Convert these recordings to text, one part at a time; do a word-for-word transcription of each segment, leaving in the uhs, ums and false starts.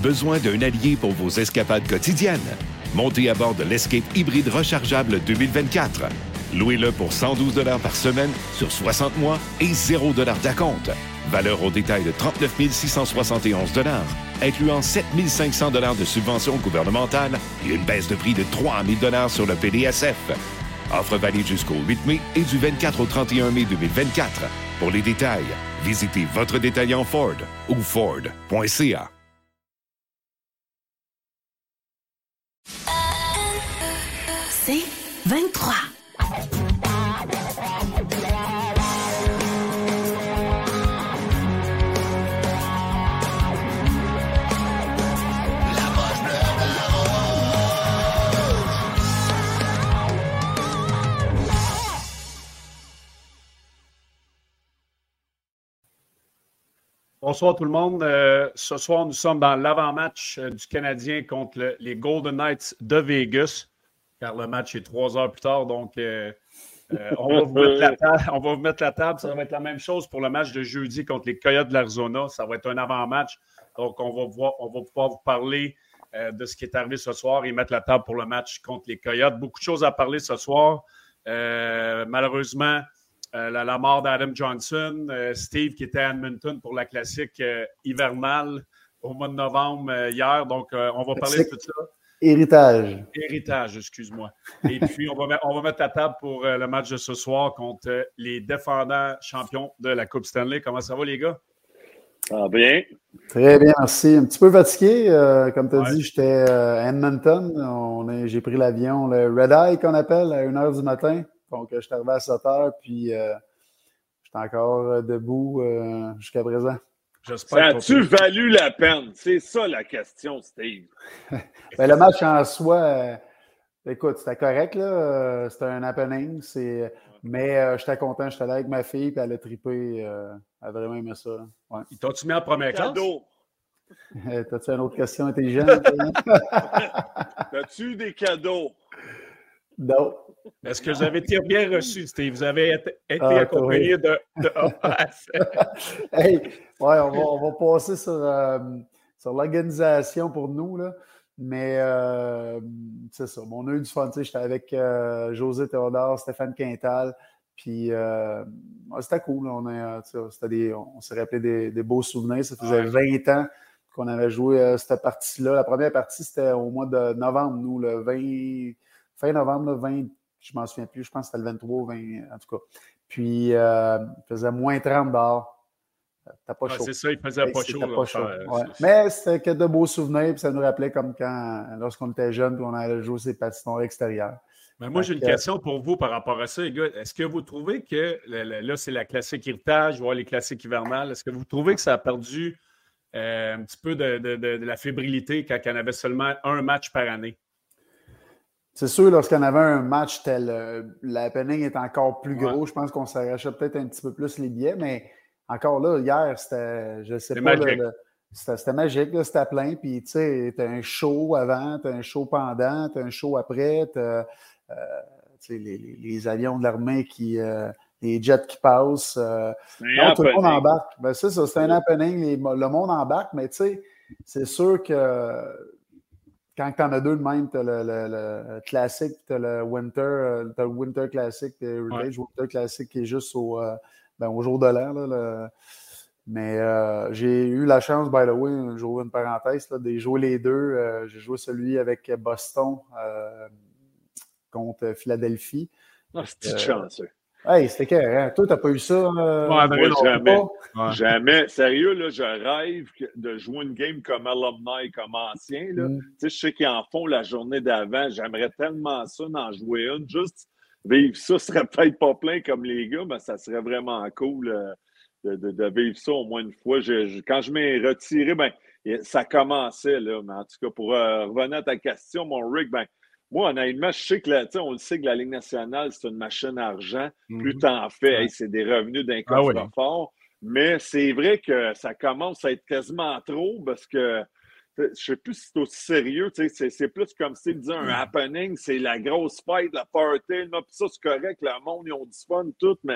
Besoin d'un allié pour vos escapades quotidiennes? Montez à bord de l'Escape hybride rechargeable deux mille vingt-quatre. Louez-le pour cent douze dollars par semaine sur soixante mois et zéro dollars d'acompte. Valeur au détail de trente-neuf mille six cent soixante et onze dollars, incluant sept mille cinq cents dollars de subventions gouvernementales et une baisse de prix de trois mille dollars sur le P D S F. Offre valide jusqu'au huit mai et du vingt-quatre au trente et un mai deux mille vingt-quatre. Pour les détails, visitez votre détaillant Ford ou Ford point C A. C'est vingt-trois. Bonsoir tout le monde. Euh, ce soir, nous sommes dans l'avant-match euh, du Canadien contre le, les Golden Knights de Vegas, car le match est trois heures plus tard. Donc, euh, euh, on, va vous mettre la table, on va vous mettre la table. Ça va être la même chose pour le match de jeudi contre les Coyotes de l'Arizona. Ça va être un avant-match. Donc, on va, voir, on va pouvoir vous parler euh, de ce qui est arrivé ce soir et mettre la table pour le match contre les Coyotes. Beaucoup de choses à parler ce soir. Euh, malheureusement, Euh, la, la mort d'Adam Johnson, euh, Steve qui était à Edmonton pour la classique euh, hivernale au mois de novembre euh, hier. Donc, euh, on va parler de tout ça. Héritage. Héritage, excuse-moi. Et puis, on va, on va mettre la table pour euh, le match de ce soir contre euh, les défendants champions de la Coupe Stanley. Comment ça va, les gars? Ah, bien. Très bien, merci. Un petit peu fatigué. Euh, comme tu as Ouais. dit, j'étais euh, à Edmonton. On est, j'ai pris l'avion, le Red Eye qu'on appelle, à une heure du matin. Donc, je suis arrivé à sept heures, puis euh, j'étais encore euh, debout euh, jusqu'à présent. Ça a-tu valu la peine? C'est ça la question, Steve. Ben, le match en soi, euh, écoute, c'était correct, là. Euh, c'était un happening. C'est... Mais euh, j'étais content, j'étais là avec ma fille, puis elle a trippé. Euh, elle a vraiment aimé ça. Ouais. Ils t'ont-tu mis en première classe? Cadeaux. T'as-tu une autre question intelligente? T'as-tu des cadeaux? Non. Est-ce que vous avez été bien reçu, Steve? Vous avez été, été Ah, accompagné de, de A à Z. Hey, ouais, on va, on va passer sur, euh, sur l'organisation pour nous, là. Mais euh, c'est ça. On a eu du fun. J'étais avec euh, José Théodore, Stéphane Quintal. Puis euh, ouais, c'était cool. Là. On, a, c'était des, on s'est rappelé des, des beaux souvenirs. Ça faisait vingt ans qu'on avait joué euh, cette partie-là. La première partie, c'était au mois de novembre, nous, le vingt. Fin novembre, le vingt, je ne m'en souviens plus, je pense que c'était le vingt-trois, vingt, en tout cas. Puis, euh, il faisait moins trente dehors. T'as pas Ouais, chaud. c'est ça, il faisait pas chaud. C'était là, pas chaud. euh, Ouais. c'est- Mais c'était que de beaux souvenirs, puis ça nous rappelait comme quand, lorsqu'on était jeunes, puis on allait jouer ces patinoires extérieures. Mais moi, j'ai une Fait que- question pour vous par rapport à ça, les gars. Est-ce que vous trouvez que, le- le- là, c'est la classique héritage, voire les classiques hivernales, est-ce que vous trouvez que ça a perdu euh, un petit peu de, de- de- de la fébrilité quand il y en avait seulement un match par année? C'est sûr, lorsqu'on avait un match tel, euh, l'happening est encore plus gros. Ouais. Je pense qu'on s'arrachait peut-être un petit peu plus les billets, mais encore là, hier, c'était, je sais C'était pas, le- magique. le- c'était, c'était magique, là, c'était plein. Puis, tu sais, t'as un show avant, t'as un show pendant, t'as un show après, t'as euh, tu sais, les, les- les avions de l'armée qui, euh, les jets qui passent. euh, C'est un non, tout le monde happening. embarque. Ben, c'est ça, c'est un happening. les- le monde embarque, mais tu sais, c'est sûr que quand tu en as deux de même, tu as le, le, le classique, tu as le Winter, euh, t'as le Winter Classic, puis le Heritage Winter Classic qui est juste au, euh, ben, au jour de l'an. Là, le... Mais euh, j'ai eu la chance, by the way, j'ouvre une parenthèse, là, de jouer les deux. Euh, j'ai joué celui avec Boston euh, contre Philadelphie. Ah, c'est Euh, chanceux. Hey, c'était carré. Toi, t'as pas eu ça? Euh, Ouais, André, Moi, non, jamais. pas. Ouais. Jamais. Sérieux, là, je rêve que- de jouer une game comme alumni, comme ancien. Là. Mm. Tu sais, je sais qu'ils en font la journée d'avant. J'aimerais tellement ça d'en jouer une. Juste vivre ça serait peut-être pas plein comme les gars, mais ça serait vraiment cool euh, de, de, de vivre ça au moins une fois. Je, je- quand je m'ai retiré, ben, ça commençait, là. Mais en tout cas, pour euh, revenir à ta question, mon Rick, ben, moi, honnêtement, je sais que la, tu sais, on le sait que la Ligue nationale, c'est une machine à argent. Plus Mhm. t'en fais, Ouais. hey, c'est des revenus d'un Ah oui. coffre-fort. Mais c'est vrai que ça commence à être quasiment trop parce que je ne sais plus si c'est aussi sérieux. tu sais, C'est, c'est plus comme si disait un happening, c'est la grosse fête, la party. Là, puis ça, c'est correct, le monde, ils ont du fun, tout, mais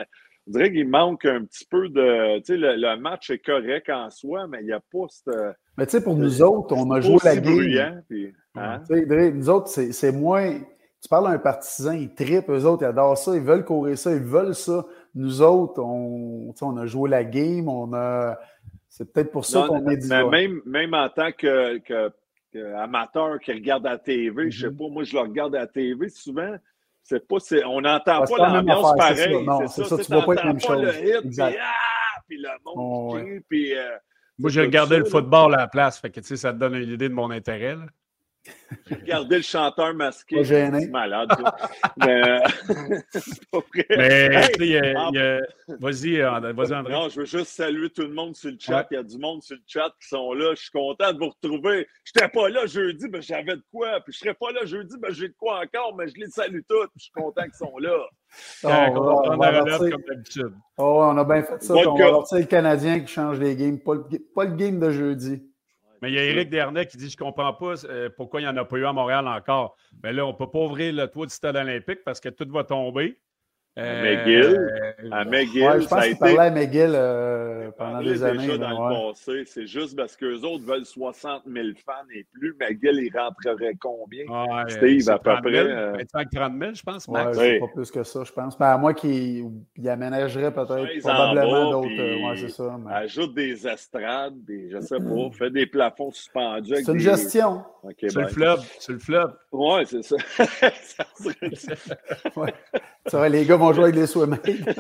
on dirait qu'il manque un petit peu de. Tu sais, le, le match est correct en soi, mais il n'y a pas cette. Mais tu sais, pour nous autres, on a joué la game. Bruyant, puis, hein? Tu sais, nous autres, c'est, c'est moins. Tu parles à un partisan, ils trippent, eux autres, ils adorent ça, ils veulent courir ça, ils veulent ça. Nous autres, on, on a joué la game, on a. C'est peut-être pour ça non, qu'on est dit. Mais même, même en tant que, que, que amateur qui regarde à la T V, mm-hmm. je sais pas, moi je le regarde à la T V souvent, c'est pas, c'est, on n'entend ah, pas l'ambiance pareil. C'est ça, non, c'est, c'est ça, ça tu vois pas la même chose. Le hit, exact. Puis, ah, puis le monde oh, qui, ouais. puis, euh, moi j'ai regardé le là. football à la place, fait que tu sais, ça te donne une idée de mon intérêt. Là. J'ai regardé le chanteur masqué. C'est malade. mais c'est pas vrai. Mais hey, il y a, en... il y a... vas-y, vas-y, André. Non, je veux juste saluer tout le monde sur le chat. Ouais. Il y a du monde sur le chat qui sont là. Je suis content de vous retrouver. Je n'étais pas là jeudi, mais j'avais de quoi. Puis je ne serais pas là jeudi, mais j'ai de quoi encore. Mais je les salue tous. Je suis content qu'ils sont là. Oh, on, on, va prendre la relève comme d'habitude. Oh, on a bien fait ça. On va sortir le Canadien qui change les games. Pas le, pas le game de jeudi. Mais il y a Éric Dernay qui dit « Je ne comprends pas euh, pourquoi il n'y en a pas eu à Montréal encore. » Mais là, on ne peut pas ouvrir le toit du stade olympique parce que tout va tomber. Euh, à McGill. À McGill. Ouais, je pense qu'il été... parlait à McGill euh, pendant des années. Déjà dans ouais. le passé. C'est juste parce qu'eux autres veulent soixante mille fans et plus. McGill, il rentrerait combien? Ouais, Steve, à peu près. Euh... trente mille, je pense, Max. Ouais, oui. Pas plus que ça, je pense. Mais à moi qu'il aménagerait peut-être probablement d'autres. Euh, ouais, c'est ça. Mais... Ajoute des estrades, des, je sais pas, fait des plafonds suspendus. C'est une des... gestion. Okay, sur ben, le fleuve. Sur le fleuve. Ouais, c'est ça. ça ouais. C'est vrai, les gars vont jouer avec les swimmers.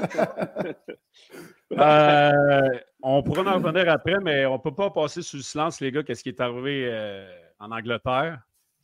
euh, on pourra en revenir après, mais on ne peut pas passer sous le silence, les gars, qu'est-ce qui est arrivé euh, en Angleterre.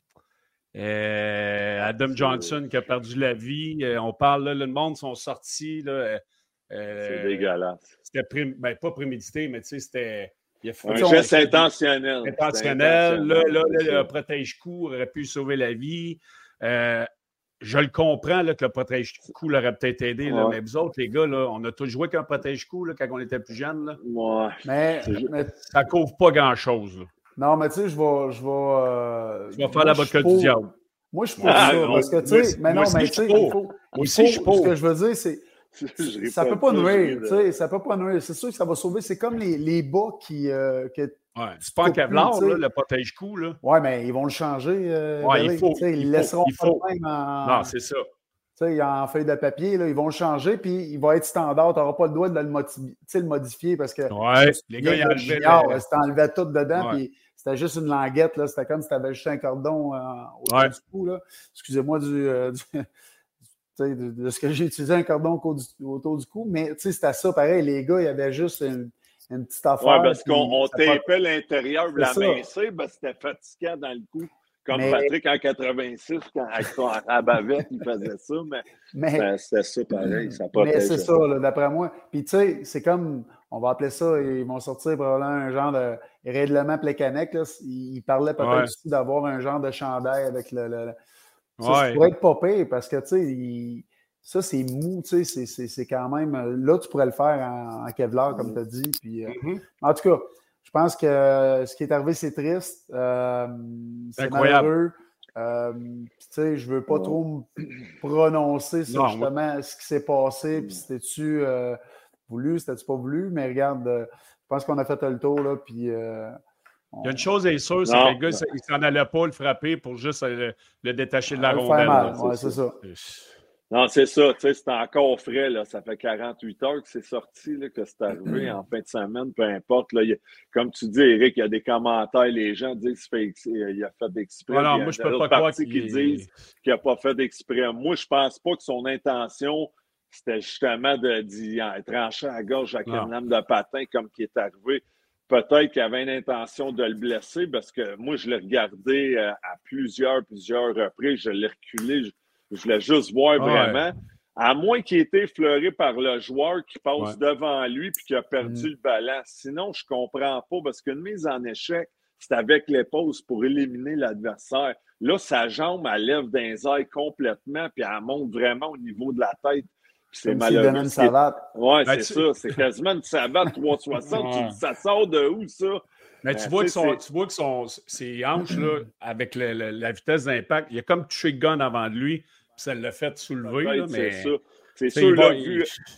Euh, Adam Johnson qui a perdu la vie. Euh, on parle, là, le monde sont sortis. Là, euh, c'est dégueulasse. C'était pré... ben, pas prémédité, mais tu sais, c'était. Il a un geste intentionnel. Intentionnel. Là, là, là, le protège-coup aurait pu sauver la vie. Euh, je le comprends là, que le protège-coup l'aurait peut-être aidé, là, ouais. mais vous autres, les gars, là, on a tous joué qu'un protège-coup là, quand on était plus jeunes. Là. Ouais. Mais, mais ça ne couvre pas grand-chose. Là. Non, mais tu sais, je vais. Je vais, euh, je vais faire l'avocat du diable. Moi, je suis pour ah, ça. Non, parce que, tu sais, mais non, mais tu sais, il faut. Moi aussi, je suis pour. Ce que je veux dire, c'est. Ça ne peut pas nuire, tu sais, ça peut pas nuire. C'est sûr que ça va sauver. C'est comme les, les bas qui. Euh, qui ouais, c'est pas en Kevlar, là, le protège-coup. Là. Oui, mais ils vont le changer. Euh, ouais, il faut, ils il le laisseront il faut. pas même en. Non, c'est ça. Tu sais, en feuille de papier, là, ils vont le changer, puis il va être standard. Tu n'auras pas le droit de le, modifier, le modifier parce que. Ouais, les gars, ils enlevaient. Le... C'était enlevé tout dedans, ouais. Puis c'était juste une languette. Là, c'était comme si tu avais juste un cordon euh, autour ouais. du cou. Là. Excusez-moi du. Euh, du... De, de ce que j'ai utilisé un cordon autour du, autour du cou, mais c'était ça, pareil, les gars, il y avait juste une, une petite affaire. Oui, parce qu'on tapait pas... l'intérieur de la mincée, ben, c'était fatigant dans le cou. Comme mais... Patrick en quatre-vingt-six, quand avec son rabavette, il faisait ça, mais, mais... Ben, c'était ça pareil, ça Mais c'est ça, là, d'après moi. Puis tu sais, c'est comme, on va appeler ça, ils vont sortir probablement un genre de règlement Plekanec, là. Ils parlaient peut-être ouais. aussi d'avoir un genre de chandail avec le... le Ça, ouais. ça pourrait être pas pire parce que, tu sais, il... ça, c'est mou, tu sais, c'est quand même... Là, tu pourrais le faire en, en Kevlar, comme tu as dit. Puis, euh... mm-hmm. En tout cas, je pense que ce qui est arrivé, c'est triste. Euh, c'est malheureux. Euh, tu sais, je veux pas oh. trop me prononcer sur non, justement ouais. ce qui s'est passé, puis c'était-tu euh, voulu, c'était-tu pas voulu, mais regarde, euh, je pense qu'on a fait le tour, là, puis... Euh, Il y a une chose est sûre, c'est que le gars, il s'en allait pas le frapper pour juste le, le détacher de la rondelle. Mal. Ouais, c'est ça. Non, c'est ça. Tu sais, c'est encore frais. Là. Ça fait quarante-huit heures que c'est sorti, là, que c'est arrivé en fin de semaine, peu importe. Là, il y a, comme tu dis, Eric, il y a des commentaires. Les gens disent qu'il a fait d'exprès. Non, non, moi, je peux pas croire qu'il qui disent qu'il n'a pas fait d'exprès. Moi, je pense pas que son intention, c'était justement de, d'y trancher à la gorge avec non. une lame de patin comme qui est arrivé. Peut-être qu'il avait une intention de le blesser parce que moi, je l'ai regardé à plusieurs, plusieurs reprises. Je l'ai reculé. Je, je voulais juste voir ouais. vraiment. À moins qu'il ait été effleuré par le joueur qui passe ouais. devant lui puis qui a perdu mmh. le ballon. Sinon, je ne comprends pas parce qu'une mise en échec, c'est avec l'épaule pour éliminer l'adversaire. Là, sa jambe, elle lève d'un airs complètement puis elle monte vraiment au niveau de la tête. C'est malheureux. Une savate. Oui, c'est ça. C'est quasiment une savate trois cent soixante. Tu dis, ça sort de où, ça? Mais tu, ben, vois que son, tu vois que son, ses hanches, là, avec le, le, la vitesse d'impact, il a comme touché le gun avant de lui, puis ça l'a fait soulever. Là, mais... C'est ça. C'est sûr, va, là, vu,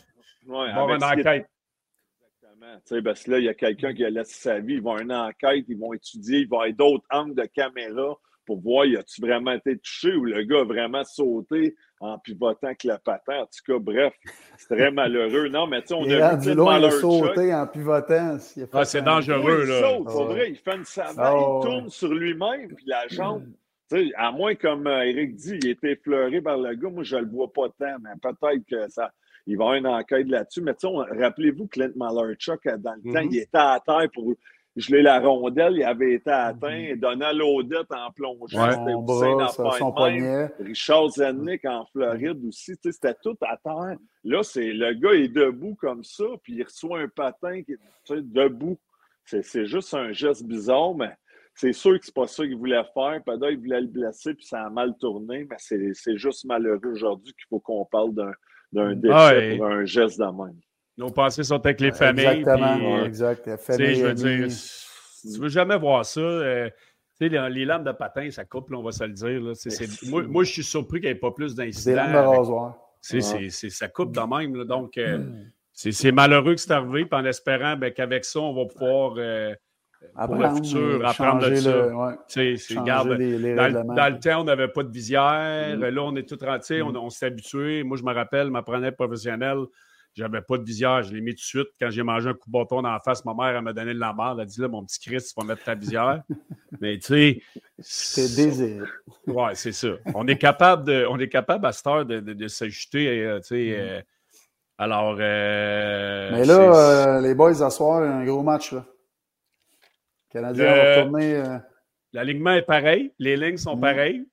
Ouais, avoir une enquête. Exactement. Tu sais, parce que là, il y a quelqu'un qui a laissé sa vie. Ils vont avoir une enquête, ils vont étudier, il va y avoir d'autres angles de caméra pour voir, y a-tu vraiment été touché ou le gars a vraiment sauté en pivotant avec le patin. En tout cas, bref, c'est très malheureux. Non, mais tu sais, on il a vu du loin, il a sauté en pivotant. Ah, c'est dangereux, il là. saute, c'est vrai, il fait une savate, oh, il tourne sur lui-même, puis la jambe. Tu sais, à moins, comme Eric dit, il a été effleuré par le gars. Moi, je le vois pas tant, mais peut-être que ça. Il va y avoir une enquête là-dessus. Mais tu sais, rappelez-vous, Clint Malarchuk, dans le mm-hmm. temps, il était à terre pour geler la rondelle. Il avait été atteint. Mm-hmm. Donald Odette en plongeant. Ouais. C'était bras, ça, son poignet. Richard Zennick en Floride mm-hmm. aussi. Tu sais, c'était tout à terre. Là, c'est, le gars est debout comme ça, puis il reçoit un patin qui est tu sais, debout. C'est, c'est juste un geste bizarre, mais c'est sûr que c'est pas ça qu'il voulait faire. Peut-être qu'il voulait le blesser, puis ça a mal tourné, mais c'est, c'est juste malheureux aujourd'hui qu'il faut qu'on parle d'un, d'un déchet ah, et... pour un geste de même. Nos pensées sont avec les familles. Exactement, puis, ouais, exact. La famille, je veux dire, tu veux jamais voir ça. Euh, les, les lames de patin, ça coupe, là, on va se le dire. Là. C'est, c'est... Moi, moi, je suis surpris qu'il n'y ait pas plus d'incidents. Des lames de rasoir. C'est, c'est, c'est, ça coupe de même. Là. Donc, euh, mm. c'est, c'est malheureux que c'est arrivé, puis en espérant ben, qu'avec ça, on va pouvoir... Euh, pour apprendre, le futur, apprendre de ça. Le, ouais, c'est, c'est, regarde, les, les dans, dans le temps, on n'avait pas de visière. Mm. Là, on est tout rentré, mm. on, on s'est habitué. Moi, je me rappelle, m'apprenais professionnel, j'avais pas de visière. Je l'ai mis tout de suite. Quand j'ai mangé un coup de bâton dans la face, ma mère, elle m'a donné de la barre. Elle a dit, là, mon petit Christ, tu vas mettre ta visière. Mais tu sais... C'est désir. Oui, c'est ça. On est capable, de, on est capable à cette heure de, de, de s'ajuster, euh, tu sais... Mm. Euh, alors... Euh, Mais là, euh, les boys, à soir, un gros match, là. Canadien le, va retourner. Euh... L'alignement est pareil. Les lignes sont mmh. pareilles.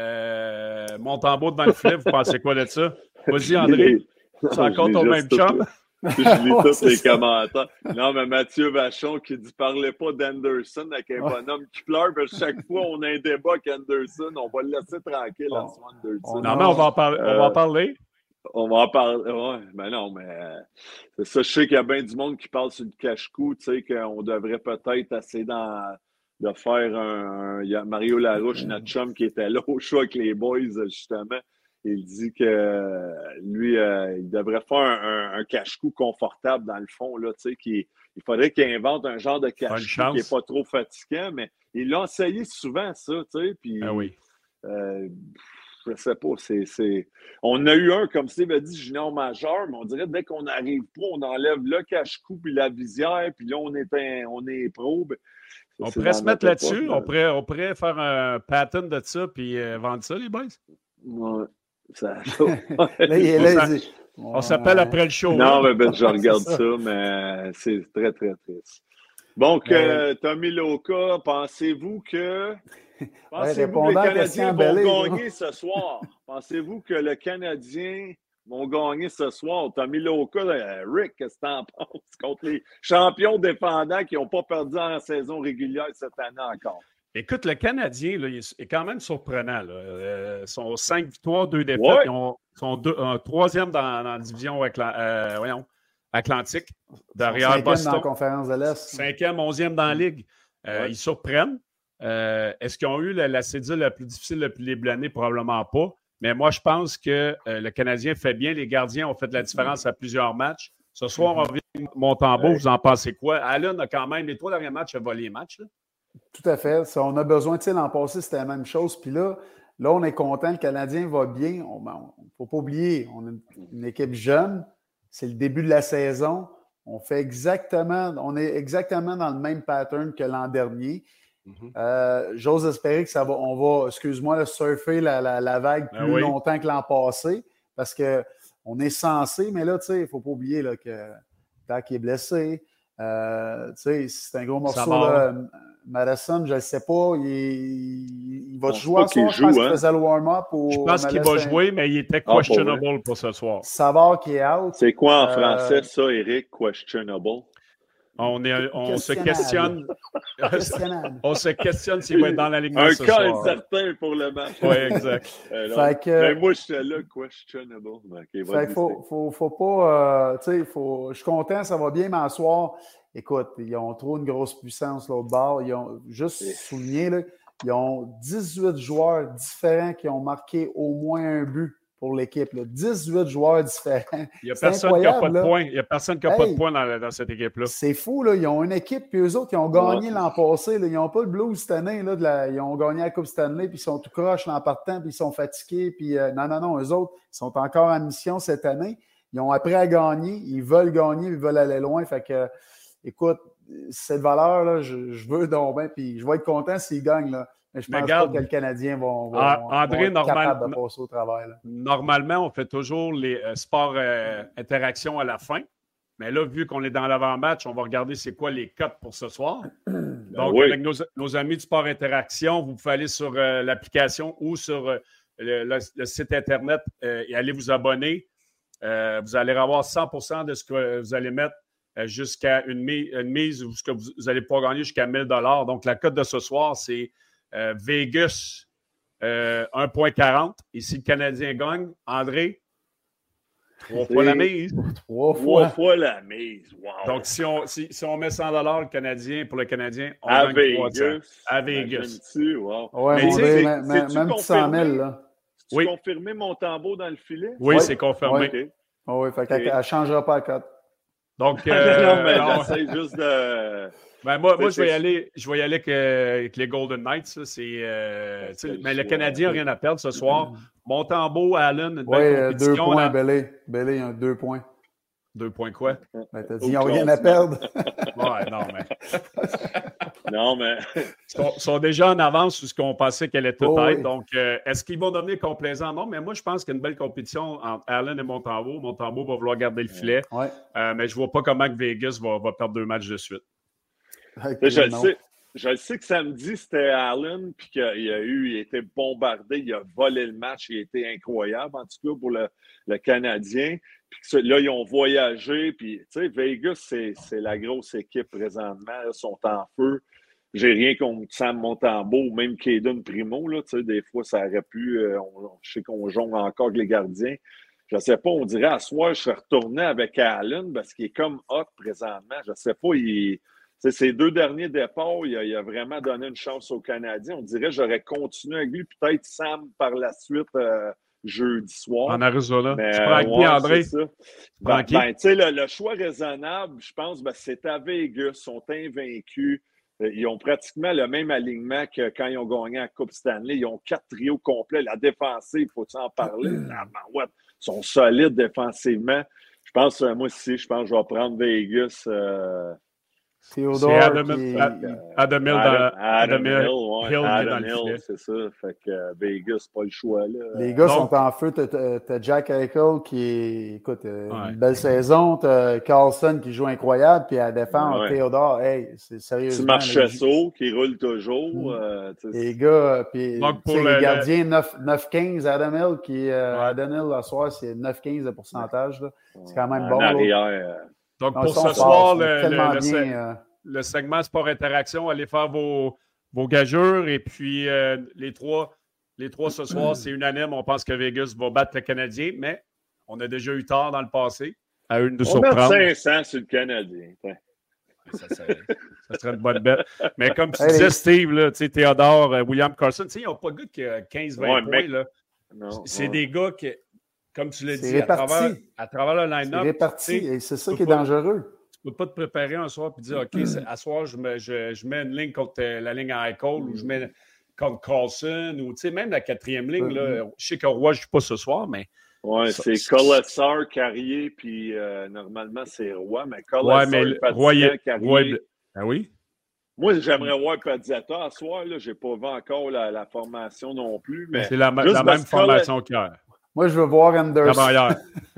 Euh, Montembeault devant le filet, vous pensez quoi de ça? Vas-y, André. C'est encore ton même chum? Je lis tous les ça. Commentaires. Non, mais Mathieu Vachon qui dit « Parlez pas d'Anderson avec un ouais. bonhomme qui pleure. » Chaque fois, on a un débat avec Anderson. On va le laisser tranquille, en ce moment, Anderson. Non, mais on va en, par- euh, on va en parler. On va en parler. Ouais, mais non, mais euh, c'est ça. Je sais qu'il y a bien du monde qui parle sur le cache-cou, tu sais, qu'on devrait peut-être essayer d'en, de faire un. Il y a Mario Larouche, notre chum, qui était là au show avec les boys, justement. Il dit que lui, euh, il devrait faire un, un, un cache-cou confortable dans le fond, là, tu sais, qui, il faudrait qu'il invente un genre de cache-cou qui n'est pas trop fatigant, mais il l'a essayé souvent, ça, tu sais, puis. Ah oui. Euh, Je sais pas, c'est, c'est... On a eu un, comme Steve a dit, junior majeur, mais on dirait dès qu'on n'arrive pas, on enlève le cache-cou puis la visière, puis là, on est, un... on est pro. Ben, on pourrait se mettre là-dessus, époque, on, pourrait, on pourrait faire un pattern de ça puis euh, vendre ça, les boys. Ouais, ça... là, il est là, il dit... On s'appelle après le show. Non, mais ben, je regarde ça. ça, mais c'est très, très triste. Donc, euh, Tommy Loca, pensez-vous que... Pensez-vous ouais, que les Canadiens vont gagner ce soir? Pensez-vous que le Canadien vont gagner ce soir? Tommy Loca, Rick, qu'est-ce que t'en penses? Contre les champions défendants qui n'ont pas perdu en saison régulière cette année encore. Écoute, le Canadien là, il est quand même surprenant. Là. Euh, ils sont cinq victoires, deux défaites. Ouais. Ils ont, sont deux, un troisième dans, dans la division euh, voyons, Atlantique, derrière cinquième Boston. Dans la conférence de l'Est. Cinquième, onzième dans la Ligue. Euh, ouais. Ils surprennent. Euh, est-ce qu'ils ont eu la, la cédule la plus difficile depuis le début de l'année? Probablement pas. Mais moi, je pense que euh, le Canadien fait bien. Les gardiens ont fait de la différence à plusieurs matchs. Ce soir, on revient Montembeault. Vous en pensez quoi? Allen a quand même, les trois derniers matchs, a volé les matchs. Là. Tout à fait. Ça, on a besoin, tu sais, l'an passé, c'était la même chose. Puis là, là, on est content. Le Canadien va bien. Il ne faut pas oublier, on a une, une équipe jeune. C'est le début de la saison. On fait exactement, on est exactement dans le même pattern que l'an dernier. Mm-hmm. Euh, j'ose espérer que ça va, on va, excuse-moi, surfer la, la, la vague plus ben oui. longtemps que l'an passé, parce qu'on est censé, mais là, tu sais, il ne faut pas oublier là, que Tac est blessé. Euh, tu sais, c'est un gros morceau. Là, Madison, je ne sais pas, il, il va jouer ce soir. Je pense hein? qu'il faisait le warm-up. Au, je pense qu'il va un... jouer, mais il était questionable ah, pour, pour ce soir. Savoir qu'il est out. C'est quoi en euh... français, ça, Eric, questionable? On, est, on se questionne. on se questionne s'il va être dans la ligne un ce cas soir. Incertain pour le match. Oui, exact. euh, fait que, mais moi, j'étais là, questionable. Okay, fait qu'il faut, faut, faut pas. Euh, tu sais, faut. Je suis content, ça va bien, mais en soir, écoute, ils ont trop une grosse puissance l'autre bord. Ils ont juste souligné, là, ils ont dix-huit joueurs différents qui ont marqué au moins un but pour l'équipe. Là. dix-huit joueurs différents. Il n'y a personne qui n'a pas de points. Il n'y a personne qui n'a hey, pas de points dans, dans cette équipe-là. C'est fou, là. Ils ont une équipe, puis eux autres, ils ont gagné ouais. l'an passé. Là. Ils n'ont pas le blues cette année. Là, de la... Ils ont gagné la Coupe Stanley, puis ils sont tout croches l'an partant, puis ils sont fatigués. Puis euh... non, non, non. Eux autres, ils sont encore en mission cette année. Ils ont appris à gagner. Ils veulent gagner, ils veulent aller loin. Fait que, écoute, cette valeur-là, je, je veux donc bien, puis je vais être content s'ils gagnent, là. Mais je pense regarde, pas que les Canadiens vont, vont, André, vont être normal, capables de passer au travers. Là. Normalement, on fait toujours les euh, sports euh, interactions à la fin. Mais là, vu qu'on est dans l'avant-match, on va regarder c'est quoi les cotes pour ce soir. Donc, oui. avec nos, nos amis du sport interaction, vous pouvez aller sur euh, l'application ou sur euh, le, le, le site Internet euh, et aller vous abonner. Euh, vous allez avoir cent pour cent de ce que vous allez mettre euh, jusqu'à une, mi- une mise où ce que vous, vous allez pouvoir gagner jusqu'à mille dollars. Donc, la cote de ce soir, c'est Euh, Vegas, euh, un virgule quarante. Et si le Canadien gagne, André, trois fois la mise. Trois fois, trois fois la mise. Wow. Donc, si on, si, si on met cent dollars le Canadien, pour le Canadien, on à gagne Vegas. trois cents. À Vegas. Wow. Ouais, mais André, même, même cent mille. Là. Tu oui. confirmé Montembeault dans le filet? Oui, oui. c'est confirmé. Oui, okay. oh, oui fait qu'elle ne changera pas la cote. Donc, euh, non, mais j'essaie juste de... Ben moi, moi je vais y aller, je vais y aller avec, euh, avec les Golden Knights. Ça, c'est, euh, mais le Canadien n'a rien à perdre ce soir. Montembeau, Allen, une belle oui, compétition. Deux points, là. Bellé. Bellé, un deux points. Deux points quoi? Ben, t'as dit, ils n'ont rien à perdre. Ouais, non, mais... non, mais... Ils sont, sont déjà en avance sur ce qu'on pensait qu'elle était oh, être. Oui. Donc, euh, est-ce qu'ils vont devenir complaisants? Non, mais moi, je pense qu'il y a une belle compétition entre Allen et Montembeau. Montembeau va vouloir garder le filet. Ouais. Euh, mais je ne vois pas comment que Vegas va, va perdre deux matchs de suite. Okay, je, le sais, je le sais que samedi, c'était Allen, puis qu'il a eu, il a été bombardé, il a volé le match, il a été incroyable, en tout cas, pour le, le Canadien. Puis que, là, ils ont voyagé, puis, tu sais, Vegas, c'est, c'est la grosse équipe présentement, ils sont en feu. J'ai rien contre Sam Montembeau ou même Caden Primo, là, tu sais, des fois, ça aurait pu, euh, on, je sais qu'on jongle encore avec les gardiens. Je ne sais pas, on dirait, à ce soir, je serais retourné avec Allen, parce qu'il est comme hot présentement. Je ne sais pas, il T'sais, ces deux derniers départs, il a, il a vraiment donné une chance aux Canadiens. On dirait que j'aurais continué avec lui, peut-être Sam par la suite euh, jeudi soir. En Arizona. Mais, tu prends euh, qui, ouais, André? C'est ça. Ben, ben, le, le choix raisonnable, je pense, ben, c'est à Vegas. Ils sont invaincus. Ils ont pratiquement le même alignement que quand ils ont gagné la Coupe Stanley. Ils ont quatre trios complets. La défensive, il faut en parler. Ah, ben, ouais, ils sont solides défensivement. Je pense, moi aussi, je pense que je vais prendre Vegas. Euh, Théodore. C'est Adam, qui... Adam Hill. Adam, Adam Hill, ouais. Hill Adam Hill, c'est ça. Fait que uh, Vegas, pas le choix là. Les gars Donc, sont en feu. T'as, t'as Jack Eichel qui est, écoute, ouais. une belle saison. T'as Carlson qui joue incroyable. Puis à la défense, ouais. Théodore, hey, c'est sérieusement. C'est Marchessault qui roule toujours. Mm. Euh, les gars, puis les le, gardiens, le... neuf quinze, Adam Hill, qui, euh, ouais. Adam Hill, la soir, c'est neuf quinze de pourcentage. Là. C'est quand même en bon. Arrière. Donc, pour ce soir, le, le, le, bien, euh... le segment Sport Interaction, allez faire vos, vos gageurs. Et puis, euh, les, trois, les trois ce soir, c'est unanime. On pense que Vegas va battre le Canadien, mais on a déjà eu tort dans le passé à une de on surprendre. On met cinq cents sur le Canadien. Ça, ça, ça serait une bonne bête. Mais comme tu disais, Steve, là, Théodore, euh, William Carlson, ils n'ont pas de gars qui a quinze vingt ouais, points. Là. Non, c'est ouais. des gars qui, comme tu l'as dit, à travers, à travers le line-up. C'est réparti, et c'est ça qui est pas, dangereux. Tu ne peux pas te préparer un soir et dire, OK, mm. à soir, je, me, je, je mets une ligne contre la ligne à Eichel mm. ou je mets contre Carlson ou même la quatrième ligne. Mm. Là, je sais que Roy, je ne joue pas ce soir, mais. Oui, c'est Collassar, Carrier, puis euh, normalement, c'est Roy, mais Collassar, ouais, mais Roy, Carrier. Roy, ah oui? Moi, j'aimerais voir Padiata à soir. Je n'ai pas vu encore la, la formation non plus. Mais c'est la, la même formation qu'hier. Moi, je veux voir Anderson.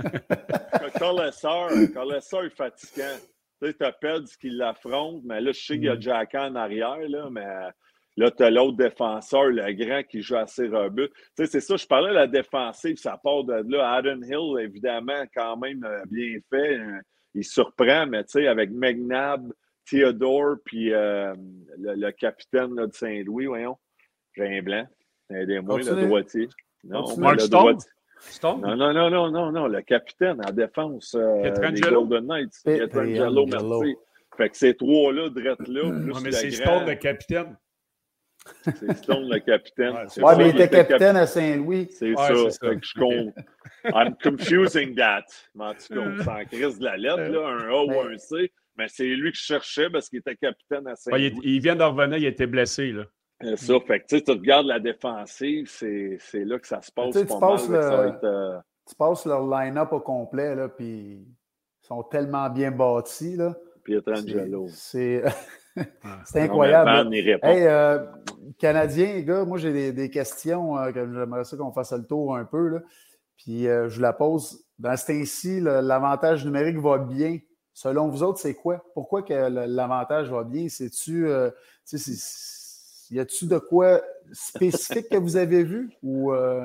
Collassar, Collassar est fatigant. Tu sais, tu as Peds qui l'affronte, mais là, je sais qu'il y a Jack en arrière, là, mais là, tu as l'autre défenseur, le grand, qui joue assez robuste. Tu sais, c'est ça, je parlais de la défensive, ça part de là. Adam Hill, évidemment, quand même bien fait. Il surprend, mais tu sais, avec McNabb, Theodore, puis euh, le, le capitaine là, de Saint-Louis, voyons. J'ai un blanc. Aidez-moi, le droitier. Non, Mark Stone? Stone? Non, non, non, non, non, non, le capitaine en défense euh, des Golden Knights. Pietrangelo, merci. Fait que ces trois-là, drette là, plus ouais, mais le c'est grand... Stone, le capitaine. C'est Stone le capitaine. Ouais, ouais mais il était capitaine cap... à Saint-Louis. C'est ouais, ça. C'est ça. Fait que je compte. I'm confusing that. Mais en tout cas, on s'en crise de la lettre, là, un A mais... ou un C. Mais c'est lui que je cherchais parce qu'il était capitaine à Saint-Louis. Ouais, il, il vient de revenir, il était blessé. Là. C'est ça. Fait que tu sais, tu regardes la défensive, c'est, c'est là que ça se passe pas mal. Le... Ça va être, euh... Tu passes leur line-up au complet, là, puis ils sont tellement bien bâtis. Là. Pietrangelo. C'est, c'est... c'est incroyable. Non, hey, euh, Canadiens, les gars, moi j'ai des, des questions euh, que j'aimerais ça qu'on fasse le tour un peu. Là. Puis euh, je vous la pose. Dans ce temps-ci, l'avantage numérique va bien. Selon vous autres, c'est quoi? Pourquoi que l'avantage va bien? C'est-tu, euh, c'est, c'est, y a-tu de quoi spécifique que vous avez vu? Ou, euh...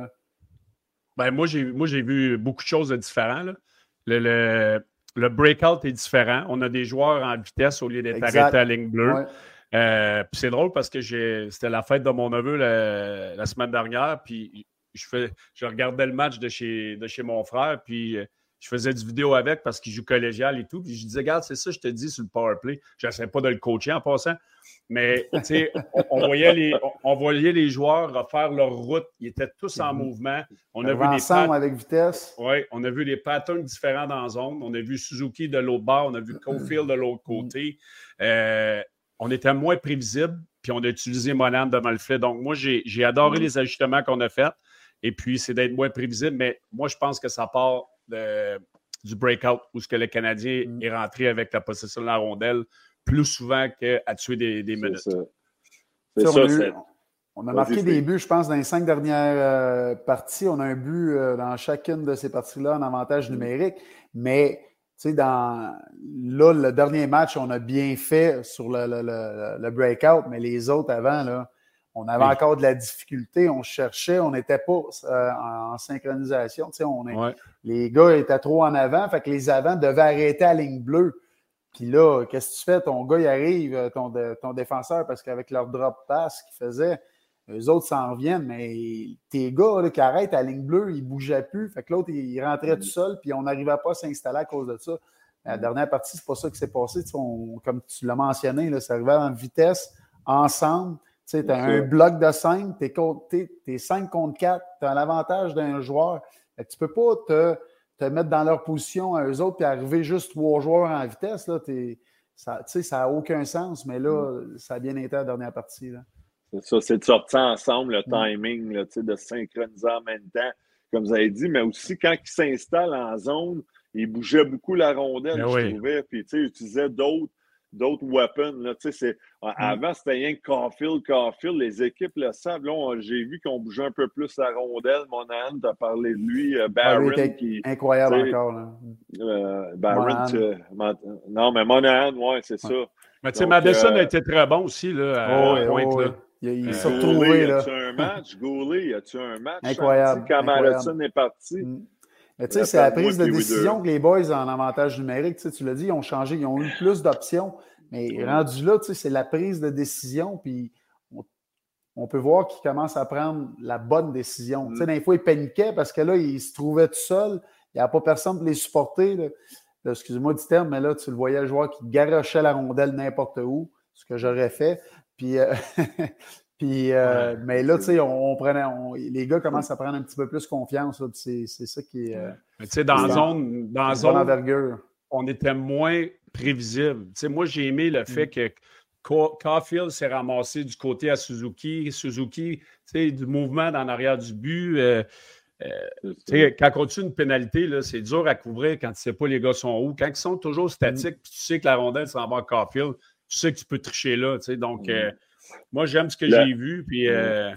ben, moi, j'ai, moi, j'ai vu beaucoup de choses de différentes. Là. Le, le, le breakout est différent. On a des joueurs en vitesse au lieu d'être exact. Arrêtés à ligne bleue. Ouais. Euh, puis c'est drôle parce que j'ai, c'était la fête de mon neveu la, la semaine dernière. Puis je, fais, je regardais le match de chez, de chez mon frère. Puis je faisais du vidéo avec parce qu'il joue collégial et tout. Puis je disais, regarde, c'est ça, je te dis sur le power play. Je n'essaie pas de le coacher en passant. Mais tu sais, on, on, voyait les, on, on voyait les joueurs refaire leur route. Ils étaient tous en mouvement. On a vu des ensemble pat- avec vitesse. Oui, on a vu des patterns différents dans la zone. On a vu Suzuki de l'autre bord. On a vu Caulfield de l'autre côté. Euh, on était moins prévisible. Puis on a utilisé Monahan devant le filet. Donc moi, j'ai, j'ai adoré les ajustements qu'on a faits. Et puis, c'est d'être moins prévisible. Mais moi, je pense que ça part de, du breakout où ce que le Canadien mm. est rentré avec la possession de la rondelle plus souvent qu'à tuer des, des minutes. C'est ça. C'est ça, ça on, a c'est... eu, on a marqué des buts, je pense, dans les cinq dernières euh, parties. On a un but euh, dans chacune de ces parties-là en avantage mm. numérique. Mais, tu sais, dans là, le dernier match, on a bien fait sur le, le, le, le breakout, mais les autres avant, là, on avait oui. encore de la difficulté, on cherchait, on n'était pas euh, en, en synchronisation. Tu sais, on est, ouais. Les gars étaient trop en avant, fait que les avants devaient arrêter à ligne bleue. Puis là, qu'est-ce que tu fais? Ton gars, il arrive, ton, ton défenseur, parce qu'avec leur drop pass qu'ils faisaient, eux autres s'en reviennent, mais tes gars là, qui arrêtent à ligne bleue, ils ne bougeaient plus. Fait que l'autre, il rentrait tout seul, puis on n'arrivait pas à s'installer à cause de ça. La dernière partie, c'est pas ça qui s'est passé. Tu sais, on, comme tu l'as mentionné, là, ça arrivait en vitesse, ensemble. Tu sais, tu as un bloc de cinq, tu es cinq contre quatre, tu as l'avantage d'un joueur. Tu ne peux pas te, te mettre dans leur position à eux autres et arriver juste trois joueurs en vitesse. Là, ça n'a aucun sens, mais là, mm. ça a bien été la dernière partie. Là. C'est ça, c'est de sortir ensemble, le timing, là, de se synchroniser en même temps, comme vous avez dit, mais aussi quand ils s'installent en zone, ils bougeaient beaucoup la rondelle, mais je oui. trouvais, puis ils utilisaient d'autres. d'autres weapons. Là, c'est, mm. Avant, c'était rien que Caulfield, Caulfield. Les équipes le savent. Là, on, j'ai vu qu'on bougeait un peu plus la rondelle. Monahan, tu as parlé de lui. Euh, Barron. Ah, qui, incroyable encore. Là. Euh, Barron, tu, non, mais Monahan, ouais, c'est ouais. ça. Mais tu sais, Madison euh, a été très bon aussi. Là, à oh, pointe, oh, là. Il, il euh, s'est retrouvé. As-tu un match? Goulet, as-tu un match? Incroyable. Quand Madison est parti. Mm. Mais tu sais, c'est la prise de décision que les boys en avantage numérique, tu l'as dit, ils ont changé, ils ont eu plus d'options. Mais mmh. rendu là, tu sais, c'est la prise de décision, puis on, on peut voir qu'il commence à prendre la bonne décision. Mmh. Tu sais, des fois, il paniquait parce que là, il se trouvait tout seul. Il n'y avait pas personne pour les supporter. Là. Là, excusez-moi du terme, mais là, tu le voyais, le joueur qui garochait la rondelle n'importe où, ce que j'aurais fait. Puis, euh, puis euh, ouais, mais là, tu sais, on, on prenait, on, les gars commencent à prendre un petit peu plus confiance. Là, c'est, c'est ça qui est. Euh, tu sais, dans la zone, dans zone envergure, on était moins prévisible. Tu sais, moi, j'ai aimé le fait que Caulfield s'est ramassé du côté à Suzuki. Suzuki, tu sais, du mouvement dans l'arrière du but. Euh, euh, tu sais, quand on tue une pénalité, là, c'est dur à couvrir quand tu ne sais pas les gars sont où. Quand ils sont toujours statiques, puis tu sais que la rondelle s'en va à Caulfield, tu sais que tu peux tricher là. Tu sais, donc, euh, moi, j'aime ce que la... j'ai vu. Puis, euh...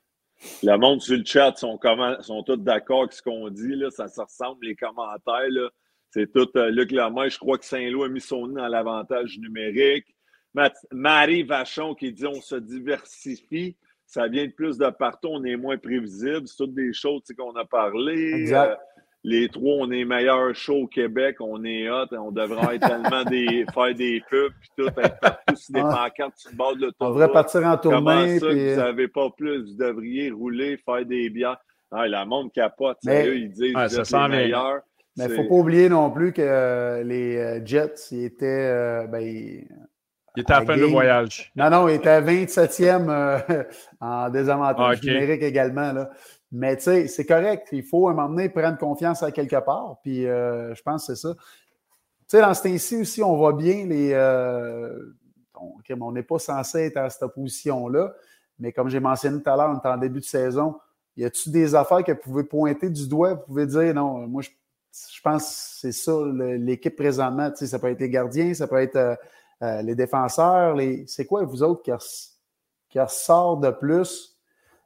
Le monde sur le chat sont, comment... sont tous d'accord avec ce qu'on dit. Là. Ça se ressemble, les commentaires. Là. C'est tout. Euh, Luc Lemay, je crois que Saint-Louis a mis son nez dans l'avantage numérique. Mat- Marie Vachon qui dit on se diversifie. Ça vient de plus de partout, on est moins prévisible. C'est toutes des choses qu'on a parlé. Exact. Euh, les trois, on est meilleurs show au Québec, on est hot, on devrait être tellement des, faire des pubs puis tout, être partout sur des pancartes sur le bord de l'autoroute. On devrait partir en tournée. Comment ça, puis... vous n'avez pas plus, vous devriez rouler, faire des bières. Ah, la monde capote, mais... eux, ils disent ah, vous êtes les meilleurs. Mais il ne faut pas oublier non plus que euh, les euh, Jets, ils étaient, euh, ben, ils, Il était à la fin du voyage. Non, non, il était à vingt-septième euh, en désavantage ah, okay. numérique également. Là. Mais tu sais, c'est correct. Il faut à un moment donné prendre confiance à quelque part. Puis euh, je pense que c'est ça. Tu sais, dans ce temps-ci aussi, on voit bien les. Euh, on okay, n'est pas censé être à cette position-là. Mais comme j'ai mentionné tout à l'heure, on est en début de saison. Y a-t-il des affaires que vous pouvez pointer du doigt? Vous pouvez dire non, moi, je, je pense que c'est ça, le, l'équipe présentement. Tu sais, ça peut être les gardiens, ça peut être. Euh, Euh, les défenseurs, les... c'est quoi vous autres qui, res... qui ressort de plus,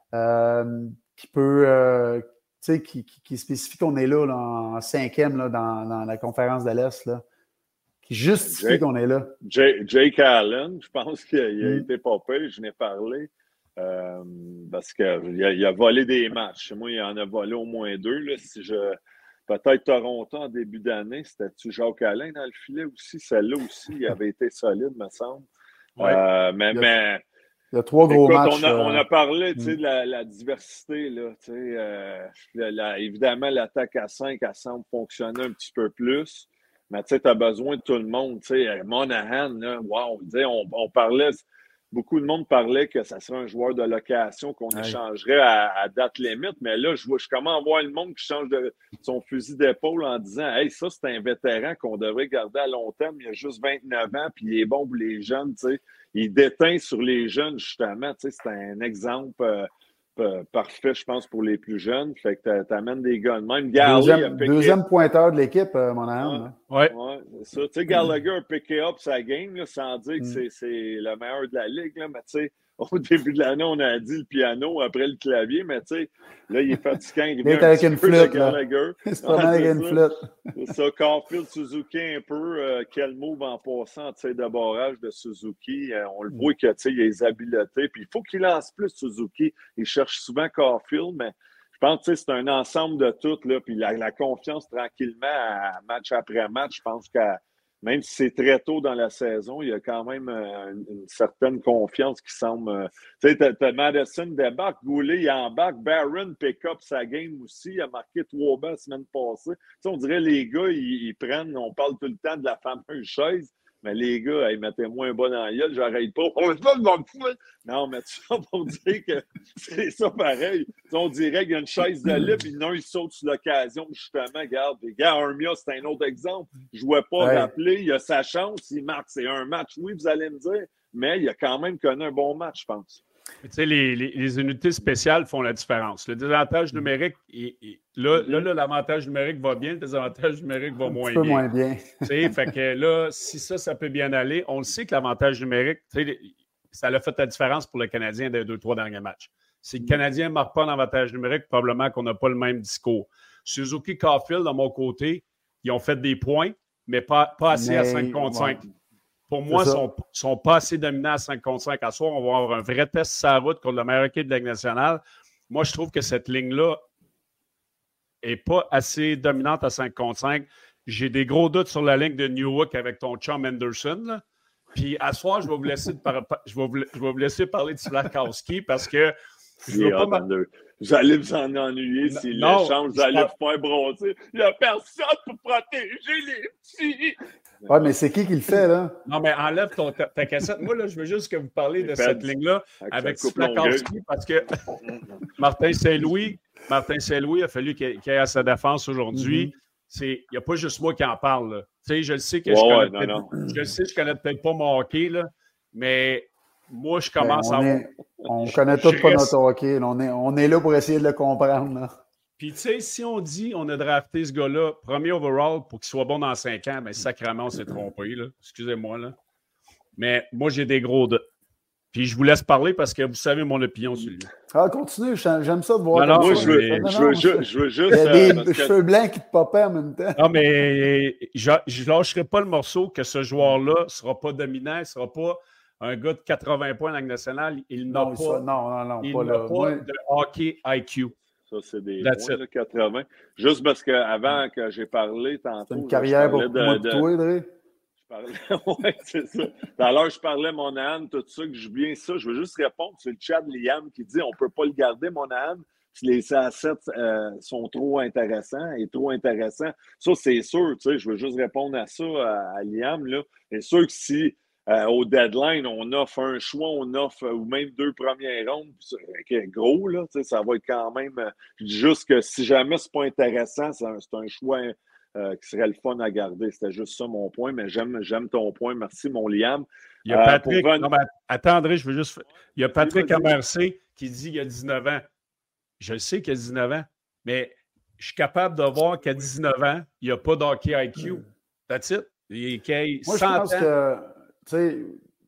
euh, qui peut, euh, tu sais, qui, qui, qui spécifie qu'on est là, là en cinquième là, dans, dans la conférence de l'Est, là, qui justifie Jake, qu'on est là? Jake, Jake Allen, je pense qu'il a, mm. été popé, je n'ai parlé, euh, parce qu'il a, il a volé des matchs. Moi, il en a volé au moins deux, là, si je... Peut-être Toronto en début d'année, c'était-tu Jacques Alain dans le filet aussi? Celle-là aussi, il avait été solide, me semble. Ouais. Euh, mais, il, y a, mais, il y a trois gros écoute, matchs. On a, euh... on a parlé mm. de la, la diversité. Là, euh, la, la, évidemment, l'attaque à cinq, elle semble fonctionner un petit peu plus. Mais tu as besoin de tout le monde. Monahan, là, wow, on, on parlait... Beaucoup de monde parlait que ça serait un joueur de location qu'on ouais. échangerait à, à date limite, mais là, je, vois, je commence à voir le monde qui change de son fusil d'épaule en disant « Hey, ça, c'est un vétéran qu'on devrait garder à long terme. Il a juste vingt-neuf ans, puis il est bon pour les jeunes. » Il déteint sur les jeunes, justement. C'est un exemple euh, euh, parfait, je pense, pour les plus jeunes. Fait que tu amènes des gars de même. Gallagher deuxième, deuxième pointeur de l'équipe, euh, mon âme. Oui, ouais. ouais, c'est ça. Tu sais, Gallagher a pické up sa game, là, sans dire que mm. c'est le meilleur de la ligue, là, mais tu sais, au début de l'année, on a dit le piano après le clavier, mais tu sais, là, il est fatiguant. Il est avec une flûte, Gallagher. C'est pas mal avec une flûte. C'est ça, Caulfield, Suzuki un peu. Euh, quel move en passant, tu sais, de barrage de Suzuki. Euh, on le voit que, tu sais, il a les habiletés. Puis il faut qu'il lance plus, Suzuki. Il cherche souvent Caulfield, mais je pense que c'est un ensemble de tout, là. Puis la, la confiance tranquillement, à match après match, je pense que même si c'est très tôt dans la saison, il y a quand même euh, une, une certaine confiance qui semble... Euh, tu sais, t'as, t'as Madison débarque, Goulet, il embarque, Barron pick up sa game aussi, il a marqué trois balles la semaine passée. Tu sais, on dirait les gars, ils, ils prennent, on parle tout le temps de la fameuse chaise, mais les gars, ils mettez-moi un bon dans la gueule, j'arrête pas. On va me Non, mais tu vas pour dire que c'est ça pareil. Tu sais, on dirait qu'il y a une chaise de lit, puis non, il saute sur l'occasion, justement. Regarde, les gars, Armia, c'est un autre exemple. Je ne jouais pas ouais. rappeler, il a sa chance, il marque. C'est un match, oui, vous allez me dire, mais il a quand même connu un bon match, je pense. Tu sais, les, les, les unités spéciales font la différence. Le désavantage numérique, il, il, là, là, là, l'avantage numérique va bien, le désavantage numérique va moins bien. moins bien. Tu sais, fait que là, si ça, ça peut bien aller, on le sait que l'avantage numérique, tu sais, ça a fait la différence pour le Canadien des deux, trois derniers matchs. Si le Canadien ne marque pas en avantage numérique, probablement qu'on n'a pas le même discours. Suzuki, Caulfield, de mon côté, ils ont fait des points, mais pas, pas assez mais, à cinq contre cinq. Ouais. Pour moi, ils ne sont, sont pas assez dominants à cinq contre cinq. À soir, on va avoir un vrai test sur la route contre la meilleure équipe de la Ligue nationale. Moi, je trouve que cette ligne-là n'est pas assez dominante à cinq contre cinq. J'ai des gros doutes sur la ligne de Newhook avec ton chum Anderson. Là. Puis à soir, je vais vous laisser, par... je vais vous... Je vais vous laisser parler de Slafkowski parce que je veux yeah, pas... Vous allez vous en ennuyer s'il l'échange. Vous allez vous faire bronzer. Il n'y a personne pour protéger les petits. Oui, mais c'est qui qui le fait, là? Non, mais enlève ton, ta, ta cassette. Moi, là, je veux juste que vous parlez de cette ligne-là avec Slafkowski parce que Martin Saint-Louis, Martin Saint-Louis a fallu qu'il ait à sa défense aujourd'hui. Mm-hmm. Il n'y a pas juste moi qui en parle. Tu sais, je le sais que ouais, je connais ouais, non, non. Je le sais, je connais peut-être pas mon hockey, là, mais moi, je commence ben, on à... Est, on je, connaît tous pas reste... notre hockey. On est, on est là pour essayer de le comprendre, là. Puis, tu sais, si on dit on a drafté ce gars-là, premier overall, pour qu'il soit bon dans cinq ans, bien, sacrément, on s'est trompé, là. Excusez-moi, là. Mais moi, j'ai des gros doutes. Puis, je vous laisse parler parce que vous savez mon opinion sur lui. Ah, continue. J'aime ça de voir. Non, non, moi, je veux, mais... je, veux, je, je veux juste... Il y a des euh, cheveux que... blancs qui te popaient en même temps. Non, mais je ne lâcherai pas le morceau que ce joueur-là ne sera pas dominant, il ne sera pas un gars de quatre-vingts points dans la Ligue nationale. Il n'a pas, ça, non, non, non, il pas, n'a là. pas Moi... de hockey I Q. Ça, c'est des points, là, quatre-vingts. Juste parce qu'avant que j'ai parlé tantôt... C'est une carrière pour de, moi de toi, André. Je parlais... Oui, c'est ça. Tout à l'heure, je parlais Monahan, tout ça, que je bien ça. Je veux juste répondre. C'est le chat de Liam qui dit on ne peut pas le garder, Monahan. Si les assets euh, sont trop intéressants et trop intéressants. Ça, c'est sûr. Tu sais, je veux juste répondre à ça, à, à Liam. Là. C'est sûr que si... euh, au deadline, on offre un choix, on offre ou même deux premières rondes. C'est gros, là, ça va être quand même. Je dis juste que si jamais c'est pas intéressant, c'est un, c'est un choix euh, qui serait le fun à garder. C'était juste ça mon point, mais j'aime, j'aime ton point. Merci, mon Liam. Il y a Patrick. Euh, non, mais attends, André, je veux juste. Il y a Patrick M R C qui dit qu'il y a dix-neuf ans. Je sais qu'il y a dix-neuf ans, mais je suis capable de voir qu'à dix-neuf ans, il n'y a pas d'hockey I Q. That's it. Il y a Moi, je pense ans. que, tu sais,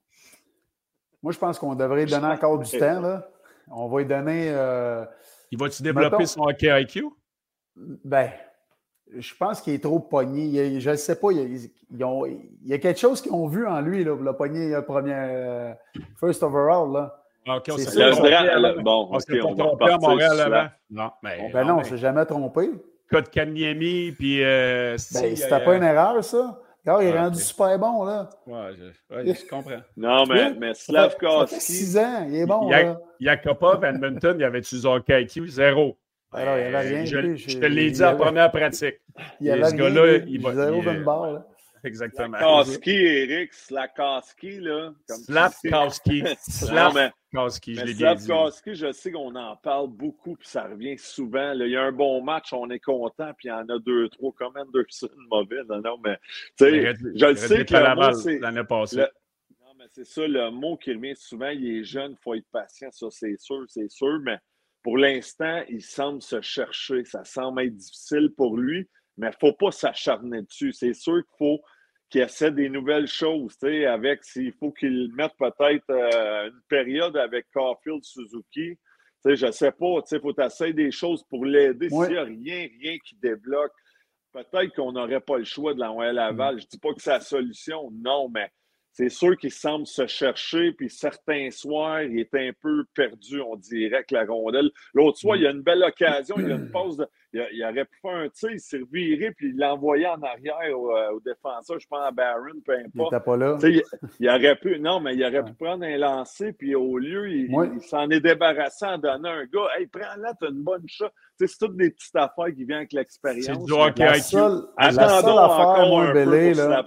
moi, je pense qu'on devrait lui donner encore du temps, là. On va lui donner... Euh, il va-tu développer mettons, son hockey I Q? Ben, je pense qu'il est trop pogné. Il, je ne sais pas, il, ils ont, il y a quelque chose qu'ils ont vu en lui, là, pour le pogner le premier euh, first overall, là. OK, on s'est pas trompé. Bon, on s'est pas trompé à Montréal avant. Non, mais, ben non, on ne s'est jamais trompé. Kotkaniemi, puis... Euh, ben, c'était pas une erreur, ça. Regarde, il est ah, rendu okay. super bon, là. Ouais, je, ouais, je comprends. Non, mais, mais Slavkovski... Ça fait six ans, il est bon, il y a, là. Yakupov, Edmonton, il avait-tu son hockey I Q? Zéro. Alors, il n'y avait rien. Je, plus, je te l'ai dit en première pratique. Il y avait ce gars-là, il va... Zéro d'une barre, là. Exactement. Slavkovski, Eric, Slavkovski, là. Slavkovski. Slavkovski, je l'ai bien dit. Slavkovski, je sais qu'on en parle beaucoup, puis ça revient souvent. Là. Il y a un bon match, on est content, puis il y en a deux, trois, comme Anderson, mauvais. Non, non, mais, tu sais, je le sais que le mot, c'est... l'année passée. Le... Non, mais c'est ça, le mot qui revient souvent, il est jeune, il faut être patient, ça, c'est sûr, c'est sûr, mais pour l'instant, il semble se chercher. Ça semble être difficile pour lui. Mais il ne faut pas s'acharner dessus. C'est sûr qu'il faut qu'il essaie des nouvelles choses. Avec, s'il faut qu'il mette peut-être euh, une période avec Caulfield, Suzuki. Je ne sais pas. Il faut essayer des choses pour l'aider. Oui. S'il n'y a rien, rien qui débloque, peut-être qu'on n'aurait pas le choix de l'envoyer à Laval. Je ne dis pas que c'est la solution. Non, mais c'est sûr qu'il semble se chercher. Puis certains soirs, il est un peu perdu, on dirait, que la rondelle. L'autre soir, il y a une belle occasion. Il y a une pause de... Il, il aurait pu faire un tir, il s'est reviré, puis il l'a envoyé en arrière au, au défenseur, je pense à Barron, peu importe. Il n'était pas là. Il, il aurait pu, non, mais il aurait ouais. pu prendre un lancer, puis au lieu, il, ouais. il, il s'en est débarrassé en donnant un gars. Hey, prends-la, t'as une bonne shot. C'est toutes des petites affaires qui viennent avec l'expérience. C'est du hockey I Q. La seule affaire, moi, Bélé, là,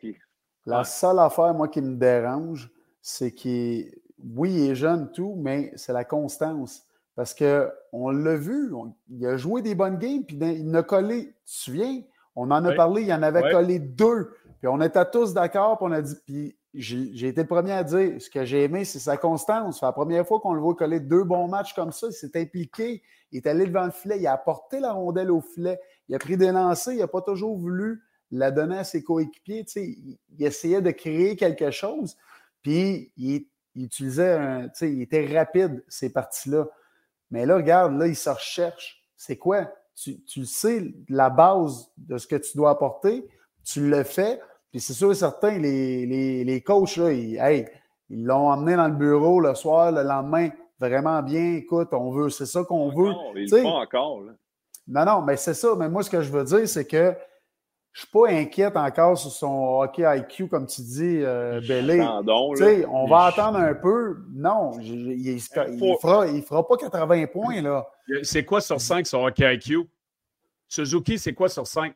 la ouais. seule affaire, moi, qui me dérange, c'est qu'il, oui, il est jeune, tout, mais c'est la constance. Parce qu'on l'a vu, on, il a joué des bonnes games, puis il en a collé, tu te souviens? On en a oui. parlé, il en avait oui. collé deux. Puis on était tous d'accord, puis on a dit, puis j'ai, j'ai été le premier à dire, ce que j'ai aimé, c'est sa constance. C'est la première fois qu'on le voit coller deux bons matchs comme ça, il s'est impliqué, il est allé devant le filet, il a apporté la rondelle au filet, il a pris des lancers, il n'a pas toujours voulu la donner à ses coéquipiers, tu sais, il, il essayait de créer quelque chose, puis il, il utilisait, un, tu sais, il était rapide, ces parties-là. Mais là, regarde, là, il se recherche. C'est quoi? Tu, tu sais la base de ce que tu dois apporter, tu le fais, puis c'est sûr et certain, les, les, les coachs, là, ils, hey, ils l'ont emmené dans le bureau le soir, le lendemain, vraiment bien, écoute, on veut, c'est ça qu'on veut. Ils le font encore, là. Non, non, mais c'est ça. Mais moi, ce que je veux dire, c'est que je ne suis pas inquiète encore sur son hockey I Q, comme tu dis, euh, Bélé. On va attendre un peu. Non, il ne fera, il fera pas quatre-vingts points. Là. C'est quoi sur cinq son hockey I Q? Suzuki, c'est quoi sur cinq?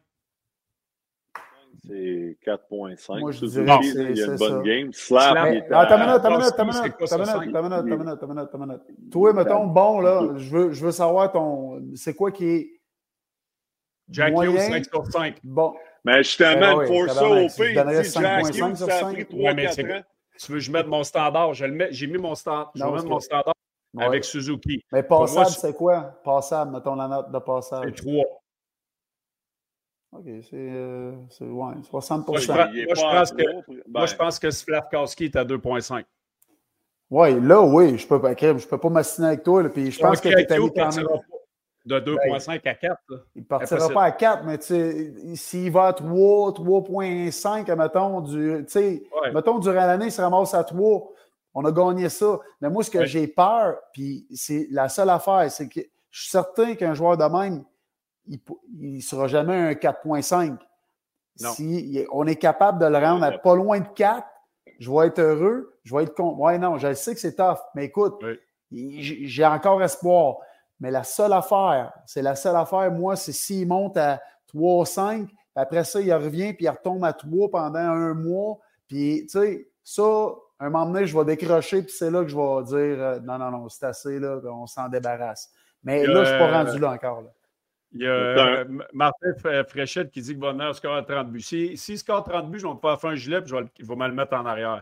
C'est quatre virgule cinq. Moi, je Suzuki, dirais il y a une bonne ça. game. Slap, mais, il est attends à... une minute, attends une minute, attends une minute, attends une minute, attends une minute. Toi, mettons, bon, là, je veux, je veux savoir ton... C'est quoi qui est... Jack Hughes, cinq sur cinq. Bon. Mais justement, oui, pour ça, au pire, il dit Jack Hughes, ça a pris trois quatre ans. Tu veux que je mette mon standard? Je le mets, j'ai mis mon standard. Je vais mettre mon standard ouais. avec Suzuki. Mais passable, moi, c'est quoi? Passable, mettons la note de passable. C'est trois. OK, c'est, euh, c'est ouais, soixante pour cent. Moi, je, moi, je pense que, ben... moi, je pense que Slavkovski est à deux virgule cinq. Oui, là, oui, je peux pas, je peux pas m'assiner avec toi. Là, puis je pense que tu es allé quand même... De deux virgule cinq à quatre. Là. Il ne partira pas à quatre, mais tu sais, s'il va à trois, trois virgule cinq, mettons, du, ouais. mettons, durant l'année, il se ramasse à trois. On a gagné ça. Mais moi, ce que ouais. j'ai peur, puis c'est la seule affaire, c'est que je suis certain qu'un joueur de même, il ne sera jamais un quatre virgule cinq. Si on est capable de le rendre à pas loin de quatre, je vais être heureux, je vais être con. Ouais, non, je sais que c'est tough, mais écoute, ouais. j'ai encore espoir. Mais la seule affaire, c'est la seule affaire, moi, c'est s'il monte à trois cinq, après ça, il revient, puis il retombe à trois pendant un mois, puis, tu sais, ça, un moment donné, je vais décrocher, puis c'est là que je vais dire euh, non, non, non, c'est assez, là, on s'en débarrasse. Mais là, je ne suis pas rendu là encore. Là. Il y a euh, Martin Fréchette qui dit que Bonheur score à trente buts. S'il si score trente buts, je vais me faire faire un gilet et je vais, je vais me le mettre en arrière.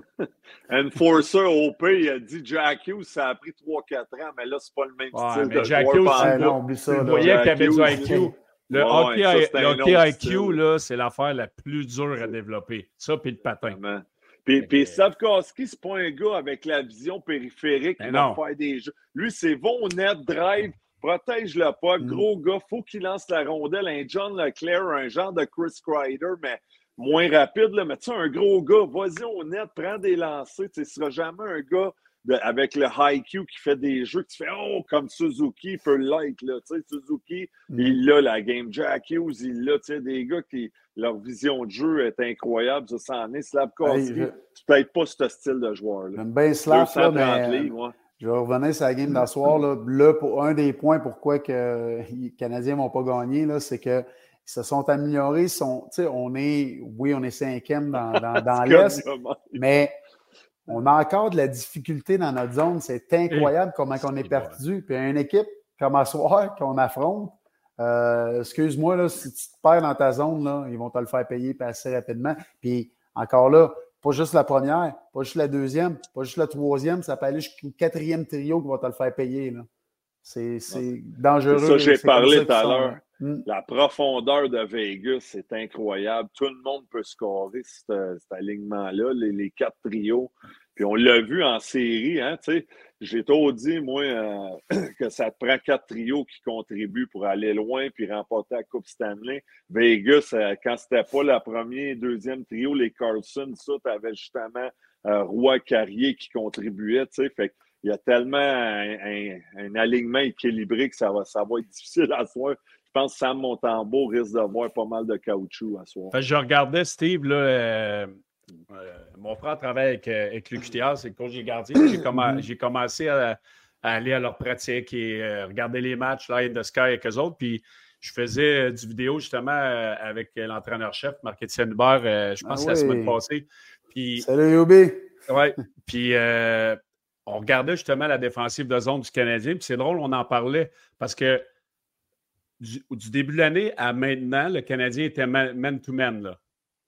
Enforcer O P, il a dit Jack Hughes, ça a pris trois quatre ans, mais là, c'est pas le même ouais, style mais de Jack joueur. Hughes, ah, non, oublie ça. Vous voyez qu'il avait du I Q. Le ouais, hockey, ça, le hockey I Q, là, c'est l'affaire la plus dure à développer. Ça, puis le patin. Vraiment. Puis, puis Savkovski, c'est pas un gars avec la vision périphérique qui va faire des jeux. Lui, c'est bon, net, drive, protège le puck, mm. gros gars, faut qu'il lance la rondelle. Un John Leclerc, un genre de Chris Kreider, mais moins rapide. Là. Mais tu sais, un gros gars, vas-y au net, prends des lancers. Tu ne seras jamais un gars de, avec le high Q qui fait des jeux que tu fais « Oh, comme Suzuki peut l'être. » Tu sais, Suzuki, mm. il a la game. Jack Hughes, il l'a. Tu sais, des gars qui, leur vision de jeu est incroyable. Ça, ça en est. Slavkovski, hey, je... c'est peut-être pas ce style de joueur-là. J'aime bien Slav, là, mais... livres, ouais. Je vais revenir sur la game d'asseoir. Là. là, pour un des points pourquoi que les Canadiens ne vont pas gagner, là, c'est qu'ils se sont améliorés. Sont, on est, oui, on est cinquième dans, dans, dans l'Est, mais on a encore de la difficulté dans notre zone. C'est incroyable comment on est perdu. Puis une équipe comme Asseoir qu'on affronte, euh, excuse-moi, là, si tu te perds dans ta zone, là, ils vont te le faire payer assez rapidement. Puis encore là, pas juste la première, pas juste la deuxième, pas juste la troisième, ça peut aller jusqu'au quatrième trio qui va te le faire payer. Là. C'est, c'est dangereux. C'est ça, j'ai c'est parlé tout à l'heure. Hmm. La profondeur de Vegas, c'est incroyable. Tout le monde peut scorer cet, cet alignement-là, les, les quatre trios. Puis on l'a vu en série, hein, tu sais. J'ai tôt dit, moi, euh, que ça te prend quatre trios qui contribuent pour aller loin puis remporter la Coupe Stanley. Vegas, euh, quand c'était pas la première, deuxième trio, les Carlson, ça, t'avais justement euh, Roy Carrier qui contribuait, tu sais. Fait qu'il y a tellement un, un, un alignement équilibré que ça va, ça va être difficile à soir. Je pense que Sam Montembeault risque d'avoir pas mal de caoutchouc à soir. Je regardais Steve, là. Euh... Euh, mon frère travaille avec, euh, avec l'U Q T A, c'est le coach des gardiens. J'ai, comm- j'ai commencé à, à aller à leur pratique et euh, regarder les matchs là, in the sky avec eux autres. Puis je faisais euh, du vidéo justement euh, avec l'entraîneur-chef, Marc-Étienne Hubert, euh, je pense ah, oui. la semaine passée. Puis, salut Yobi! Oui. Puis euh, on regardait justement la défensive de zone du Canadien. Puis c'est drôle, on en parlait parce que du, du début de l'année à maintenant, le Canadien était man-to-man. Là.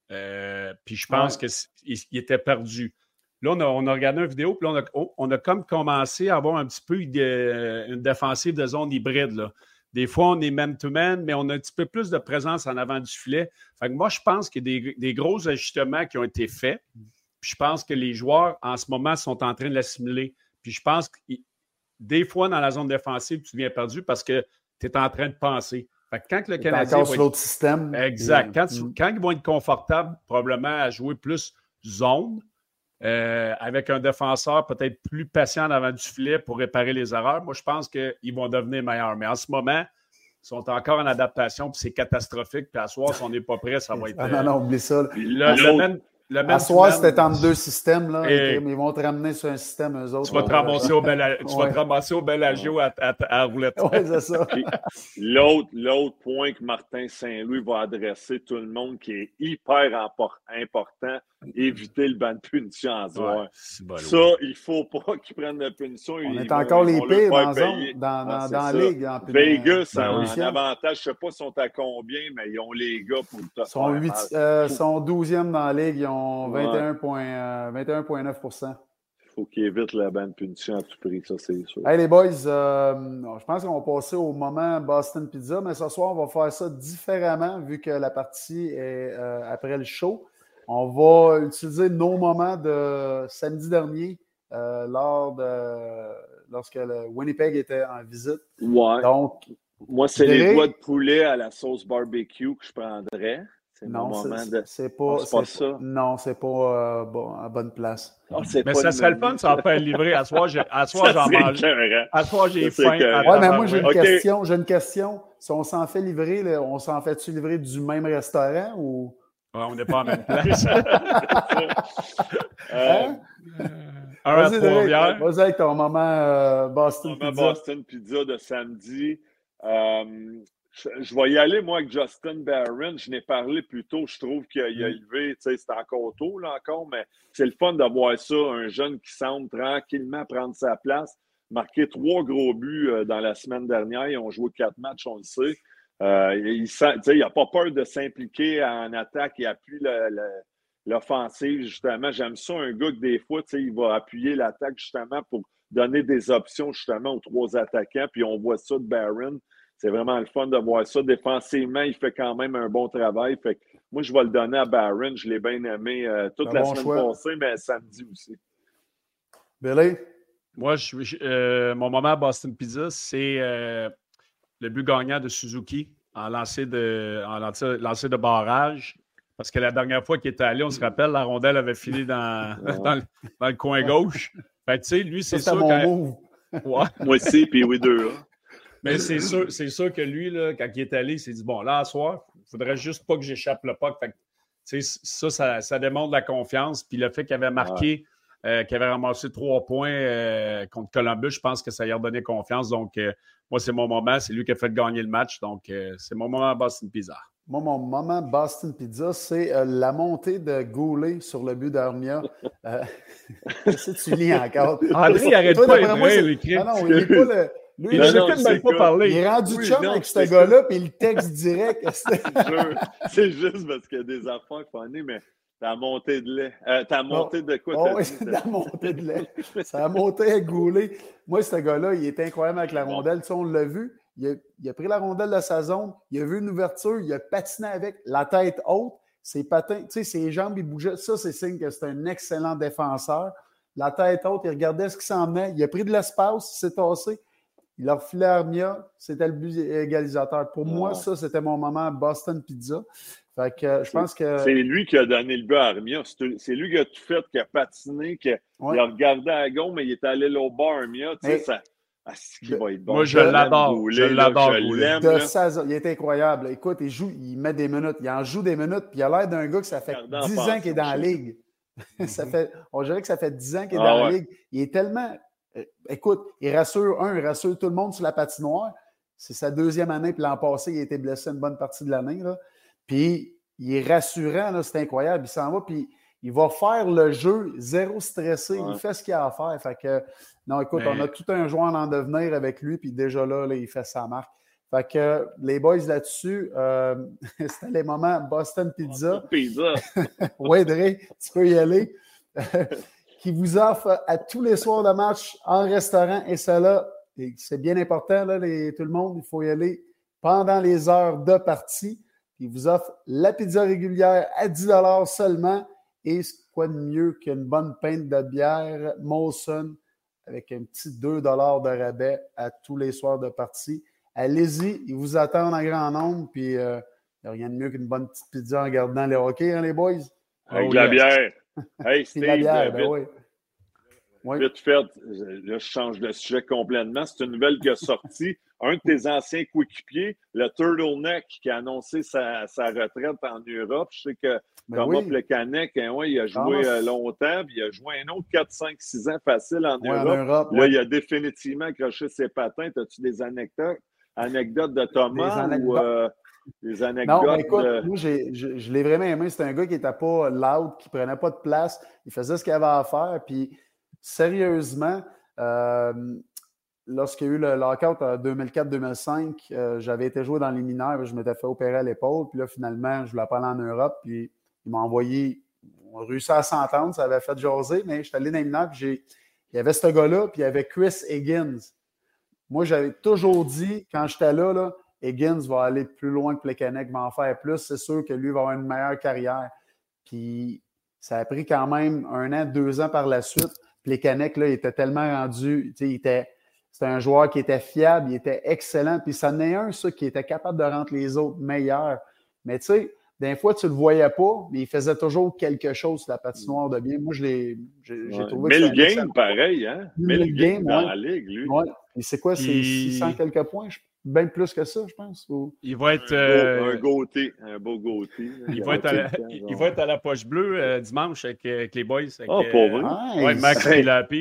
Euh, puis je pense ouais. qu'il était perdu. Là, on a, on a regardé une vidéo, puis là, on a, on, on a comme commencé à avoir un petit peu de, une défensive de zone hybride. Là. Des fois, on est man-to-man, mais on a un petit peu plus de présence en avant du filet. Fait que moi, je pense qu'il y a des, des gros ajustements qui ont été faits. Puis je pense que les joueurs, en ce moment, sont en train de l'assimiler. Puis je pense que des fois, dans la zone défensive, tu deviens perdu parce que tu es en train de penser. Fait que quand le Canadien encore sur l'autre système. Exact. Quand, tu, quand ils vont être confortables, probablement à jouer plus zone, euh, avec un défenseur peut-être plus patient avant du filet pour réparer les erreurs, moi, je pense qu'ils vont devenir meilleurs. Mais en ce moment, ils sont encore en adaptation, puis c'est catastrophique. Puis à soir, si on n'est pas prêt, ça va être... Ah non, non, oublie ça. Le, le même, le même à soir, c'était entre deux systèmes, là, et, et ils vont te ramener sur un système, eux autres. Tu vas te ramasser au bel, tu vas te ramasser au Bellagio à, à, à, à roulette. Oui, c'est ça. l'autre, l'autre point que Martin Saint-Louis va adresser tout le monde qui est hyper important, éviter le ban de punition en soir. Ouais, ça, il ne faut pas qu'ils prennent la punition. On est encore les pires dans, zone, dans, dans, ah, dans la ligue. En Vegas, ben, en, en avantage, je ne sais pas sont à combien, mais ils ont les gars pour te sont faire euh, sont douzième dans la ligue, ils ont vingt et un virgule neuf pour cent. Il faut qu'ils évitent la ban de punition à tout prix, ça c'est sûr. Hey les boys, euh, je pense qu'on va passer au moment Boston Pizza, mais ce soir, on va faire ça différemment vu que la partie est euh, après le show. On va utiliser nos moments de samedi dernier euh, lors de, lorsque le Winnipeg était en visite. Ouais. Donc, moi, c'est dirais... les doigts de poulet à la sauce barbecue que je prendrais. C'est non, mon c'est, moment de... c'est pas, c'est pas c'est ça. Pas, non, c'est pas euh, bon, à bonne place. Oh, c'est mais pas ça serait le fun de s'en faire livrer. À soir, j'ai, à soir j'en mange. À soir, j'ai ça, faim. Oui, mais moi, j'ai une, okay. question, j'ai une question. Si on s'en fait livrer, là, on s'en fait-tu livrer du même restaurant ou... Ouais, on n'est pas en même place. euh, hein? Un à Trois-Rivières. Vas-y avec ton moment euh, Boston moment Pizza. Boston Pizza de samedi. Euh, Je, je vais y aller, moi, avec Justin Barron. Je n'ai parlé plus tôt. Je trouve qu'il a, il a élevé, tu sais, c'est encore tôt, là, encore, mais c'est le fun de voir ça. Un jeune qui semble tranquillement prendre sa place. Marqué trois gros buts euh, dans la semaine dernière. Ils ont joué quatre matchs, on le sait. Euh, il n'a pas peur de s'impliquer en attaque. Il appuie le, le, l'offensive, justement. J'aime ça, un gars que des fois, il va appuyer l'attaque, justement, pour donner des options, justement, aux trois attaquants. Puis on voit ça de Barron. C'est vraiment le fun de voir ça. Défensivement, il fait quand même un bon travail. Fait que moi, je vais le donner à Barron. Je l'ai bien aimé euh, toute un la bon semaine choix. Passée, mais samedi aussi. Billy? Moi, je, je, euh, mon moment à Boston Pizza, c'est euh, le but gagnant de Suzuki en lancer de, en lancer, lancer de barrage. Parce que la dernière fois qu'il était allé, on se rappelle, la rondelle avait fini dans, ouais. dans, le, dans le coin gauche. Fait que, tu sais, lui, c'est sûr. Quand... Ouais. Moi aussi, puis oui, deux. Hein. Mais c'est sûr, c'est sûr que lui, là, quand il est allé, il s'est dit, bon, là, à soir, il ne faudrait juste pas que j'échappe le puck. Fait que, ça, ça, ça démontre la confiance. Puis le fait qu'il avait marqué, ouais. euh, qu'il avait ramassé trois points euh, contre Columbus, je pense que ça lui a redonné confiance. Donc, euh, moi, c'est mon moment. C'est lui qui a fait gagner le match. Donc, euh, c'est mon moment à Boston Pizza. Moi, mon moment Boston Pizza, c'est euh, la montée de Goulet sur le but d'Armia. Euh, Qu'est-ce que tu lis encore? André, il arrête pas de l'écrire. Non, non, il n'est pas le... Lui, il ne même pas parler. Il est rendu oui, chum non, avec ce gars-là, puis il texte direct. C'est juste parce qu'il y a des affaires funny, mais t'as monté de lait. Euh, t'as monté de quoi? Oh, oui, c'est la montée de lait. Ça a monté à Goulet. Moi, ce gars-là, il est incroyable avec la rondelle. Tu sais, on l'a vu. Il a, il a pris la rondelle de sa zone, il a vu une ouverture, il a patiné avec, la tête haute, ses patins, tu sais, ses jambes, il bougeait. Ça, c'est signe que c'est un excellent défenseur. La tête haute, il regardait ce qui s'en venait. Il a pris de l'espace, il s'est tassé. Il a refilé à Armia. C'était le but égalisateur. Pour oh. moi, ça, c'était mon moment Boston Pizza. Fait que je pense que... C'est lui qui a donné le but à Armia. C'est lui qui a tout fait, qui a patiné, qui a, ouais. il a regardé à gauche, mais il est allé au bas Armia. Tu sais, ça... Ah, de, va être bon. Moi, je l'adore. Goulet, je l'adore. Là, je l'aime. De sa, il est incroyable. Écoute, il joue, il met des minutes. Il en joue des minutes. Puis il a l'air d'un gars que ça fait Regardant dix ans qu'il est dans la ligue. ça fait, on dirait que ça fait dix ans qu'il est ah, dans ouais. la ligue. Il est tellement... Euh, écoute, il rassure un, il rassure tout le monde sur la patinoire. C'est sa deuxième année. Puis l'an passé, il a été blessé une bonne partie de l'année. Là. Puis il est rassurant. Là, c'est incroyable. Il s'en va. Puis il va faire le jeu zéro stressé. Ouais. Il fait ce qu'il a à faire. Fait que, non, écoute, mais... on a tout un joueur en devenir avec lui. Puis déjà là, là, il fait sa marque. Fait que les boys là-dessus, euh, c'était les moments Boston Pizza. Boston Pizza. Oui, Dre, tu peux y aller. Qui vous offre à tous les soirs de match en restaurant. Et ça là, c'est bien important, là, les, tout le monde, il faut y aller pendant les heures de partie. Il vous offre la pizza régulière à dix dollars seulement. Et quoi de mieux qu'une bonne pinte de bière Molson avec un petit deux dollars de rabais à tous les soirs de partie. Allez-y, ils vous attendent en grand nombre. Puis, il euh, n'y a rien de mieux qu'une bonne petite pizza en regardant les hockey, hein, les boys? Avec oh, de la yes. bière. Hey, Steve, la bière, vite, ben oui. Oui. Vite fait, là, je change de sujet complètement. C'est une nouvelle qui a sorti. Un de tes anciens coéquipiers, le Turtleneck, qui a annoncé sa, sa retraite en Europe. Je sais que ben Thomas oui. Plekanec, hein, ouais, il a joué euh, longtemps, puis il a joué un autre quatre, cinq, six ans facile en, ouais, Europe. en Europe. Là, ouais. il a définitivement accroché ses patins. As-tu des anecdotes, anecdotes de Thomas des anecdotes. ou euh, des anecdotes? Non, mais écoute, de... moi, j'ai, je, je l'ai vraiment aimé. C'était un gars qui n'était pas loud, qui ne prenait pas de place. Il faisait ce qu'il avait à faire, puis sérieusement, euh, lorsqu'il y a eu le lockout en deux mille quatre deux mille cinq, euh, j'avais été joué dans les mineurs, je m'étais fait opérer à l'épaule, puis là, finalement, je voulais pas aller en Europe, puis il m'a envoyé, on a réussi à s'entendre, ça avait fait jaser, mais j'étais allé dans les mineurs, puis j'ai, il y avait ce gars-là, puis il y avait Chris Higgins. Moi, j'avais toujours dit, quand j'étais là, là Higgins va aller plus loin que Plekanec, va en faire plus, c'est sûr que lui va avoir une meilleure carrière. Puis ça a pris quand même un an, deux ans par la suite. Plekanec, là, il était tellement rendu, il était, c'était un joueur qui était fiable, il était excellent, puis ça en est un, ça, qui était capable de rendre les autres meilleurs. Mais tu sais, des fois, tu le voyais pas, mais il faisait toujours quelque chose sur la patinoire de bien. Moi, je l'ai, j'ai, j'ai ouais. trouvé Mille que games, excellent. Pareil, hein? Mille games dans ouais. la ligue, lui. Ouais. Et c'est quoi, c'est il... six cents quelques points? Bien plus que ça, je pense. Ou... Il va être... Un, euh... beau, un Gauthier, un beau Gauthier. Il, il, va être à la, il, il va être à la poche bleue euh, dimanche avec, avec les boys. Avec, oh, pour vrai? Euh, ouais, Max Pilapi.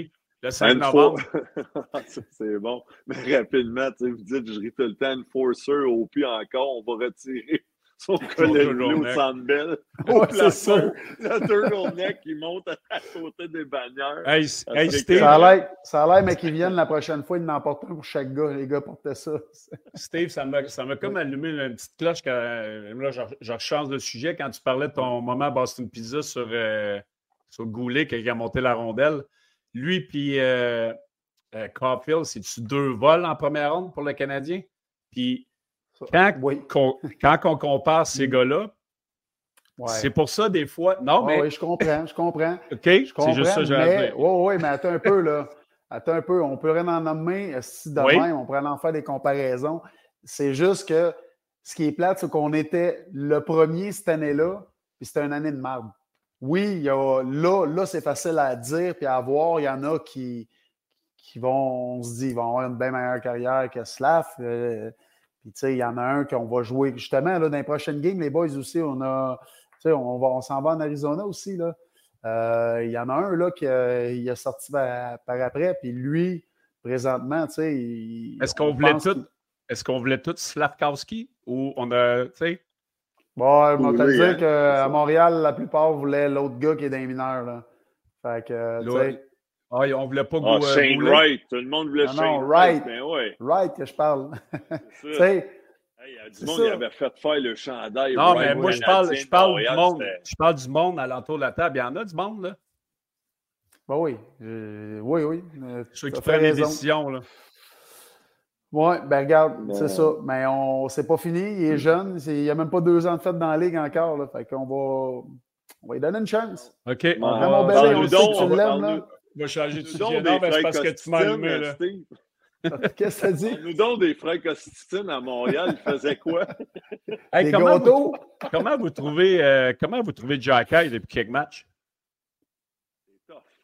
Le cinq novembre. C'est bon. Mais rapidement, tu sais, vous dites, je ris tout le temps, Enforcer au pied encore, on va retirer son collet au Sandbell. Au plafond, le turtleneck qui monte à côté des bannières. Hey, hey, Steve, ça a l'air, ça a l'air, mais qu'ils viennent la prochaine fois, ils n'en portent un pour chaque gars. Les gars portaient ça. Steve, ça m'a, ça m'a comme allumé une petite cloche. Quand, là, je, je rechange de sujet quand tu parlais de ton moment Boston Pizza sur, euh, sur Goulet, qui a monté la rondelle. Lui puis euh, euh, Caulfield, c'est-tu deux vols en première ronde pour le Canadien? Puis quand, oui. qu'on, quand on compare ces gars-là, ouais. c'est pour ça des fois. Non, oh, mais. Oui, je comprends, je comprends. OK, je comprends, c'est juste ça que j'ai à dire. Oui, oui, mais attends un peu, là. Attends un peu. On peut rien en nommer si de oui. même, on pourrait en faire des comparaisons. C'est juste que ce qui est plate, c'est qu'on était le premier cette année-là, puis c'était une année de merde. Oui, il y a, là, là, c'est facile à dire puis à voir. Il y en a qui, qui vont, on se dit, ils vont avoir une bien meilleure carrière que Slav. Euh, puis, tu sais, il y en a un qu'on va jouer. Justement, là, dans les prochaines games, les boys aussi, on a, tu sais, on, va, on s'en va en Arizona aussi, là. Euh, il y en a un, là, qui a, il a sorti par, par après. Puis lui, présentement, tu sais, il, Est-ce qu'on voulait tout, qu'il... est-ce qu'on voulait tout Slavkovski ou on a, tu sais... Bon, je vais te dire qu'à Montréal, la plupart voulaient l'autre gars qui est dans les mineurs. Là. Fait que, tu sais. Ah, on voulait pas ah, go, Shane Goulet. Wright. Tout le monde voulait non, Shane non, Wright. Ben ouais. Wright que je parle. Tu sais. Il y a du monde qui avait fait faire le chandail. Non, mais moi, je parle, je parle Montréal, du monde. C'était... Je parle du monde alentour de la table. Il y en a du monde, là. Ben oui. Euh, oui, oui. Euh, Ceux qui prennent les décisions, là. Oui, ben regarde, ben... c'est ça. Mais on c'est pas fini. Il est jeune. C'est, il n'y a même pas deux ans de fête dans la ligue encore. Là. Fait qu'on va, on va lui donner une chance. OK. On va mon bébé, on sait que tu l'aimes, là. On va changer de sujet. Non, mais c'est parce que tu m'as allumé, là. Qu'est-ce que ça dit? Nous donnons des frères Costitine à Montréal. Ils faisaient quoi? Hey, des comment, gâteaux? Vous, comment vous trouvez euh, comment vous trouvez Jacky depuis quelques matchs? C'est tough.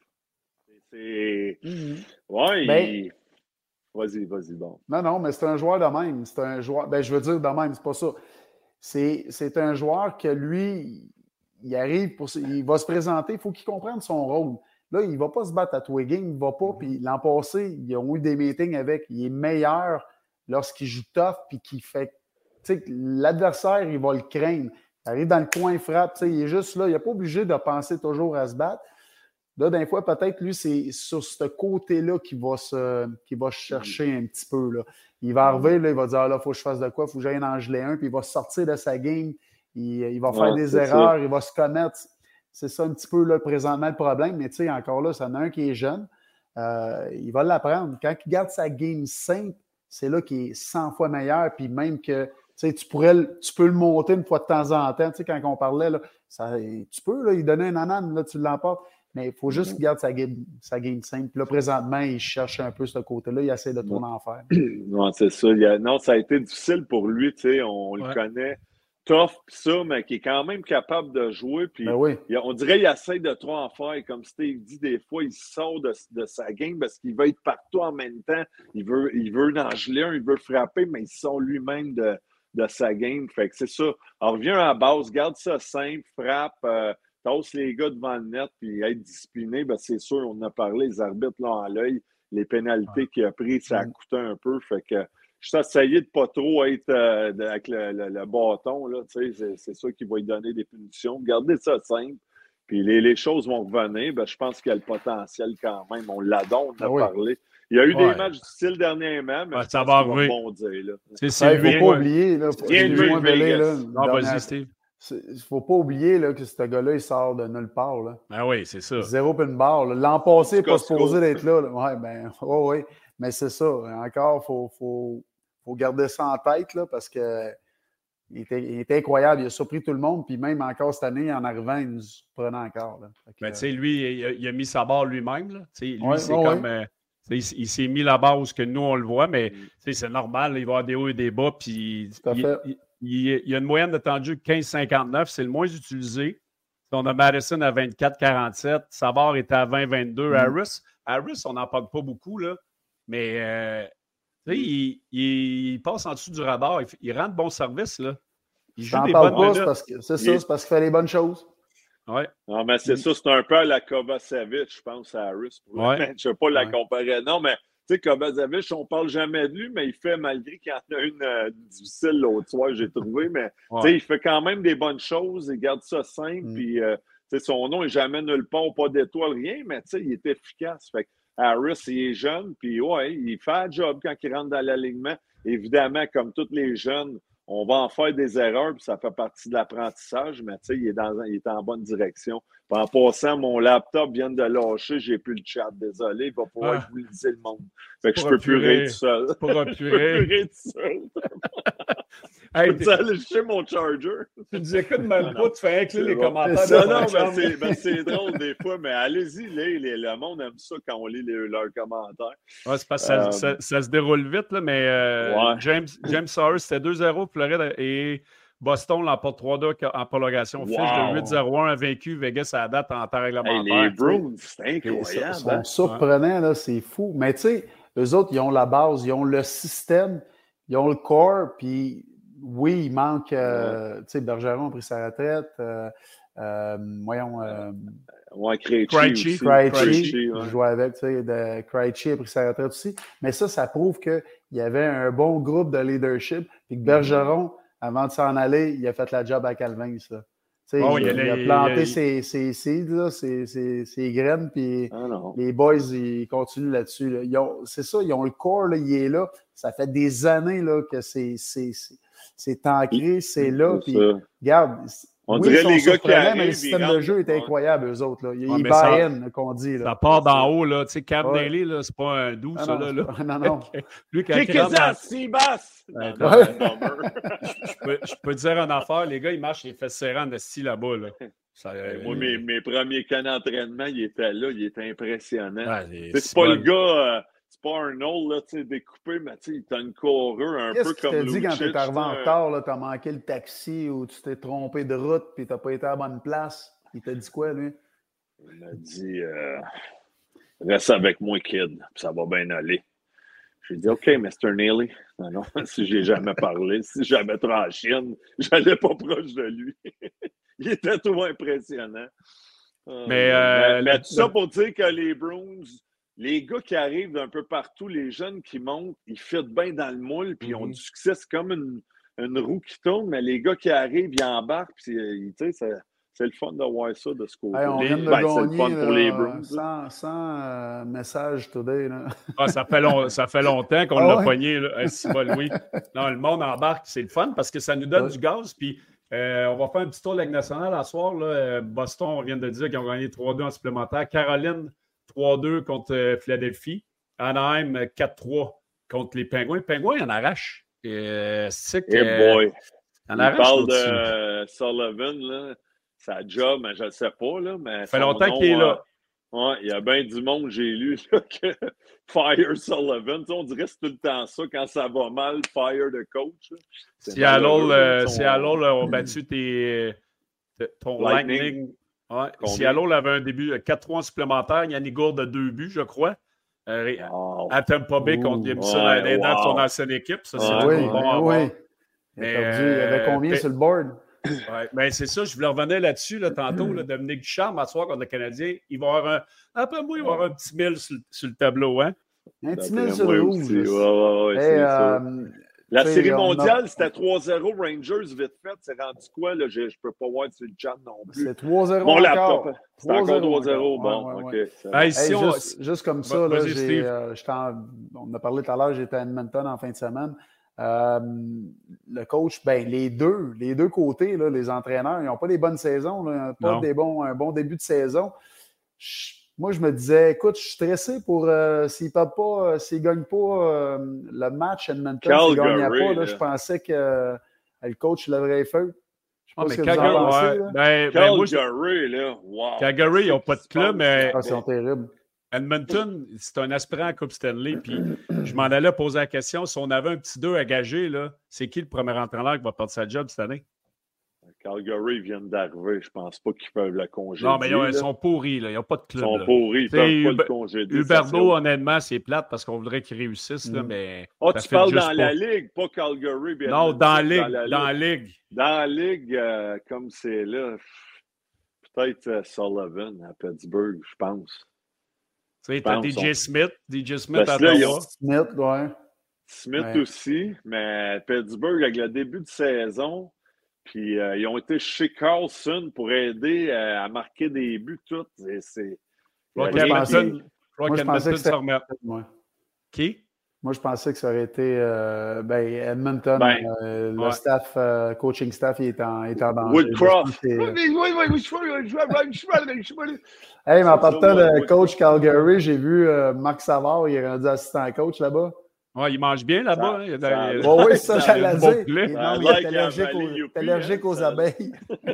C'est... Mm-hmm. Ouais, ben... il... Vas-y, vas-y, bon. Non, non, mais c'est un joueur de même. C'est un joueur. Ben, je veux dire de même, c'est pas ça. C'est, c'est un joueur que lui, il arrive pour. Il va se présenter, il faut qu'il comprenne son rôle. Là, il ne va pas se battre à tous les games, il ne va pas. Puis l'an passé, ils ont eu des meetings avec. Il est meilleur lorsqu'il joue tough, puis qu'il fait. Tu sais, l'adversaire, il va le craindre. Il arrive dans le coin, il frappe. Tu sais, il est juste là. Il n'est pas obligé de penser toujours à se battre. Là, d'un fois, peut-être, lui, c'est sur ce côté-là qu'il va se, qu'il va chercher un petit peu. Là. Il va arriver, là, il va dire ah, là, il faut que je fasse de quoi, il faut que j'aille en geler un, puis il va sortir de sa game, il, il va faire ouais, des erreurs, ça. Il va se connaître. C'est ça un petit peu là, présentement le problème, mais tu sais, encore là, ça en a un qui est jeune. Euh, il va l'apprendre. Quand il garde sa game simple, c'est là qu'il est cent fois meilleur, puis même que tu sais, tu pourrais le, tu peux le monter une fois de temps en temps. Tu sais, quand on parlait, là, ça, tu peux là, lui donner un anan, là, tu l'emportes. Mais il faut juste qu'il garde sa game, sa game simple. Puis là, présentement, il cherche un peu ce côté-là. Il essaie de tourner en fer. Non, c'est ça. Il a... Non, ça a été difficile pour lui. Tu sais, on ouais. le connaît. Tough, pis ça, mais qui est quand même capable de jouer. Puis ben oui. il, on dirait qu'il essaie de trop en faire. Comme Steve dit, des fois, il sort de, de sa game parce qu'il veut être partout en même temps. Il veut, il veut en geler un, il veut frapper, mais il sort lui-même de, de sa game. Fait que c'est ça. Alors, reviens à la base, garde ça simple, frappe. Euh, tasse les gars devant le net puis être discipliné, ben c'est sûr, on en a parlé, les arbitres là en l'œil, les pénalités ouais. qu'il a prises, ça a coûté un peu. Fait que je suis essayé de pas trop être euh, de, avec le, le, le bâton, là, tu sais, c'est, c'est sûr qu'il va lui donner des punitions. Gardez ça simple, puis les, les choses vont revenir. Ben, je pense qu'il y a le potentiel quand même. On l'adore, on en a oui. parlé. Il y a eu ouais. des matchs difficiles dernièrement, mais ouais, je ça pense va qu'il va rebondir. Là. C'est, c'est il ne faut pas oublier. Là, bien de belé, là, non, vas-y, Steve. Il ne faut pas oublier là, que ce gars-là, il sort de nulle part. Là. Ben oui, c'est ça. Zéro pin barre. Là. L'an passé, il n'est pas supposé d'être là. là. Oui, ben, oh, oui. Mais c'est ça. Encore, il faut, faut, faut garder ça en tête là, parce que il était, il était incroyable. Il a surpris tout le monde. Puis même encore cette année, en arrivant, il nous prenait encore. Là. Que, ben, tu sais, lui, il a, il a mis sa barre lui-même. Là. Lui, ouais, c'est ouais, comme. ouais. Euh, il, il s'est mis la base que nous, on le voit, mais c'est normal. Là, il va y avoir des hauts et des bas. Puis. Tout à fait. Il, Il, il y a une moyenne de temps de jeu de quinze cinquante-neuf, c'est le moins utilisé. On a Madison à vingt-quatre quarante-sept, Savard est à vingt vingt-deux. Mm. Harris, Harris, on n'en parle pas beaucoup, là, mais euh, mm. il, il, il passe en dessous du radar. Il, il rend de bons services. Là. Il joue des bonnes pas, c'est, parce que, c'est ça, c'est parce qu'il fait les bonnes choses. Ouais. Non, mais c'est ça, c'est un peu à la Kovacevic, je pense, à Harris. Ouais. Je ne sais pas la Ouais. comparer. Non, mais tu sais, Kovacevic, on ne parle jamais de lui, mais il fait, malgré qu'il y en a une euh, difficile l'autre soir, j'ai trouvé, mais Ouais. tu sais, il fait quand même des bonnes choses, il garde ça simple, Mm. puis euh, tu sais, son nom n'est jamais nulle part, pas d'étoile, rien, mais tu sais, il est efficace. Fait que Harris, il est jeune, puis ouais, il fait un job quand il rentre dans l'alignement. Évidemment, comme tous les jeunes, on va en faire des erreurs, puis ça fait partie de l'apprentissage, mais tu sais, il est dans, il est en bonne direction. Puis en passant, mon laptop vient de lâcher, j'ai plus le chat, désolé, il va falloir Ah. que vous lisez le monde. Fait que je Pour peux plus apurer. rire tout seul. Pour Je peux apurer. plus rire tout seul. Hey, Je peux aller chercher mon charger. tu nous écoutes même Non, pas, non. tu fais inclure C'est les bon. commentaires. Non, de non, ton mais chum. c'est, ben, c'est drôle des fois, mais allez-y, les, les- le monde aime ça quand on lit les- leurs commentaires. Ouais, c'est parce que ça, Euh, ça- ça se déroule vite, là, mais euh, Ouais. James, James Sauer, c'était deux zéro pour Floride et Boston l'emporte trois deux en prolongation. Fiche de Wow. huit zéro un vaincu Vegas à la date en temps Hey, réglementaire. les tu sais. Bruins, c'est Ils incroyable. sont hein? surprenants, là, c'est fou. Mais tu sais, eux autres, ils ont la base, ils ont le système, ils ont le corps, puis oui, il manque, euh, tu sais, Bergeron a pris sa retraite, euh, euh, voyons, euh, Ouais, Krejci Krejci. aussi. Krejci, Krejci, ouais. je jouais avec, tu sais, de Krejci a pris sa retraite aussi. Mais ça, ça prouve qu'il y avait un bon groupe de leadership, puis que Bergeron, avant de s'en aller, il a fait la job à Calvin, ça. Tu sais, Oh, il, il il allait- a planté il- ses, ses seeds, là, ses, ses, ses graines, puis Ah non. les boys, ils continuent là-dessus. là. Ils ont- C'est ça, ils ont le corps, là, il est là. Ça fait des années là, que c'est, c'est, c'est, c'est ancré, c'est là. C'est Puis, ça. regarde, On oui, dirait ils sont les gars qui surprenants, arrivent, mais le ils système de rentrent- jeu est ouais. incroyable, eux autres. Là. Ils Ouais, ils mais ça- buy-in, qu'on dit. Ça Là. part d'en haut, là. Tu sais, Cam Ouais. Daly, là, c'est pas un doux, Ah ça, non, là. c'est là. pas- non, non. Lui, quand Kick il rentre his dans- ass, Seabass! Ouais, Non, ouais. non, bummer. je, peux, je peux te dire une affaire, les gars, ils marchent les fesses serrantes de style là-bas, là. Ça, Hey, Moi, mes, mes premiers camps d'entraînement, il était là, il était impressionnant. Ouais, les- Tu sais, c'est pas bon. le gars, euh, c'est pas Arnold, là, tu sais, découpé, mais tu sais, il a une coureur un Qu'est-ce peu que comme tu t'as dit quand Lucic, tu es arrivé en tu sais, retard, tu as manqué le taxi ou tu t'es trompé de route puis tu n'as pas été à la bonne place? Il t'a dit quoi, lui? Il m'a dit euh, reste avec moi, kid, puis ça va bien aller. J'ai dit OK, mister Neely. Non, non, si j'ai jamais parlé, si jamais trop en chienne, j'allais pas proche de lui. Il était trop impressionnant. Euh, Mais, euh, mais, mais le- tout ça pour dire que les Bruins, les gars qui arrivent d'un peu partout, les jeunes qui montent, ils fitent bien dans le moule, puis ils ont Mhm. du succès. C'est comme une, une roue qui tourne, mais les gars qui arrivent, ils embarquent, puis euh, tu sais, c'est, c'est le fun de voir ça de ce côté. Hey, on Les- vient de ben, c'est le gagner fun pour là, les Bruins. là. sans, sans euh, message today. Là. Ah, ça, fait long- ça fait longtemps qu'on Ah l'a ouais? pogné, là. Hey, c'est bon, Louis. Non, le monde embarque, c'est le fun parce que ça nous donne Ouais. du gaz. Puis euh, on va faire un petit tour de la Ligue nationale à soir. Là. Euh, Boston, on vient de dire qu'ils ont gagné trois deux en supplémentaire. Caroline, trois deux contre euh, Philadelphie. Anaheim, euh, quatre trois contre les Pingouins. Les Pingouins, ils en arrachent. Et, euh, c'est que, Hey boy! ils en Il arrachent parle contre- de euh, Sullivan, là. Sa job, mais je ne sais pas, là. Mais Ça fait son longtemps nom, qu'il est euh, là. ouais, il y a bien du monde, j'ai lu, là, que Fire Sullivan. Tu sais, on dirait que c'est tout le temps ça. Quand ça va mal, Fire the coach. là. C'est Seattle, malheureux, euh, là, son- Seattle euh, ont battu tes, tes- ton Lightning. Lightning. Ouais. Combien? Seattle avait un début euh, quatre trois en supplémentaire. Yannick Gourde a deux buts, je crois. Euh, Wow. à Tampa Bay Ouh. contre il a mis ça Ouais, dans les dents de son wow. ancienne équipe. Ça, c'est Ouais, toujours oui, bon ben à oui. voir. Il a Mais, perdu. Il y avait combien euh, sur le board? Ouais, ben, c'est ça, je voulais revenir là-dessus là, tantôt. Là, Dominique Ducharme, à soir contre le Canadien, il va avoir un. Après moi, il va avoir un petit mille sur, sur le tableau. Hein? Un petit D'après mille sur moi le aussi. rouge. Ouais, ouais, ouais, Hey, c'est ça. euh, La tu sais, série on a- mondiale, c'était trois zéro Rangers, vite fait. C'est rendu quoi? Là? Je ne peux pas voir sur le chat non plus. C'est trois zéro Mon encore. laptop. C'est encore trois zéro. encore. Bon, Ouais, ouais, OK. ouais. c'est Hey, bon. Hey, si on- juste, juste comme ça, Va- là, vas-y, j'ai, Steve. euh, j'étais en- on a parlé tout à l'heure, j'étais à Edmonton en fin de semaine. Euh, le coach, ben, les deux, les deux côtés, là, les entraîneurs, ils n'ont pas des bonnes saisons, là, pas Non. des bons, un bon début de saison. Je- moi, je me disais, écoute, je suis stressé pour euh, s'ils ne pas, euh, s'ils ne gagnent pas euh, le match Edmonton, s'ils ne Calgary, gagnaient pas, là, là. je pensais que euh, le coach lèverait feu. Je sais Ah, pas mais ce que vous en Calgary, pensez. ouais. là. Ben, ben, moi, je- Calgary, là. Wow. Calgary, ils n'ont pas de Qu'est-ce qui club, se mais Ah, ils sont terribles. Edmonton, c'est un aspirant à Coupe Stanley. Puis je m'en allais poser la question si on avait un petit deux à gager, là, c'est qui le premier entraîneur qui va perdre sa job cette année? Calgary viennent d'arriver. Je pense pas qu'ils peuvent le congédier. Non, mais ils, ont- ils là. sont pourris. Là. Ils n'ont pas de Ils club. sont là. pourris. Ils T'sais, peuvent pas Hubert- le congédier. Huberdeau, ça, honnêtement, c'est plate parce qu'on voudrait qu'il réussisse, là, Mm. mais. Oh, ça tu fait parles juste dans pas. la Ligue, pas Calgary. bien Non, entendu, dans la ligue. la Dans la ligue. Dans la Ligue, euh, comme c'est là. pff, peut-être uh, Sullivan à Pittsburgh, je pense. Tu sais, t'as D J on... Smith, D J Smith Parce à là, Ottawa. Ont... Smith, ouais. Smith ouais. aussi, mais Pittsburgh, avec le début de saison, puis euh, ils ont été chez Carlson pour aider euh, à marquer des buts, tout. Et c'est... Moi, je pensais, moi, je pensais que c'était... Ouais. Qui? Moi, je pensais que ça aurait été euh, ben, Edmonton. Ben, euh, le ouais. staff, euh, coaching staff, il est en, est en danger. Woodcroft. Hey, mais en partant de coach Calgary, j'ai vu euh, Marc Savard, il est rendu assistant coach là-bas. Ouais, il mange bien là-bas. Ça, ça, il, oui, oui, ça, j'allais dire. Il, non, il est allergique aux, U P, allergique aux ça... abeilles.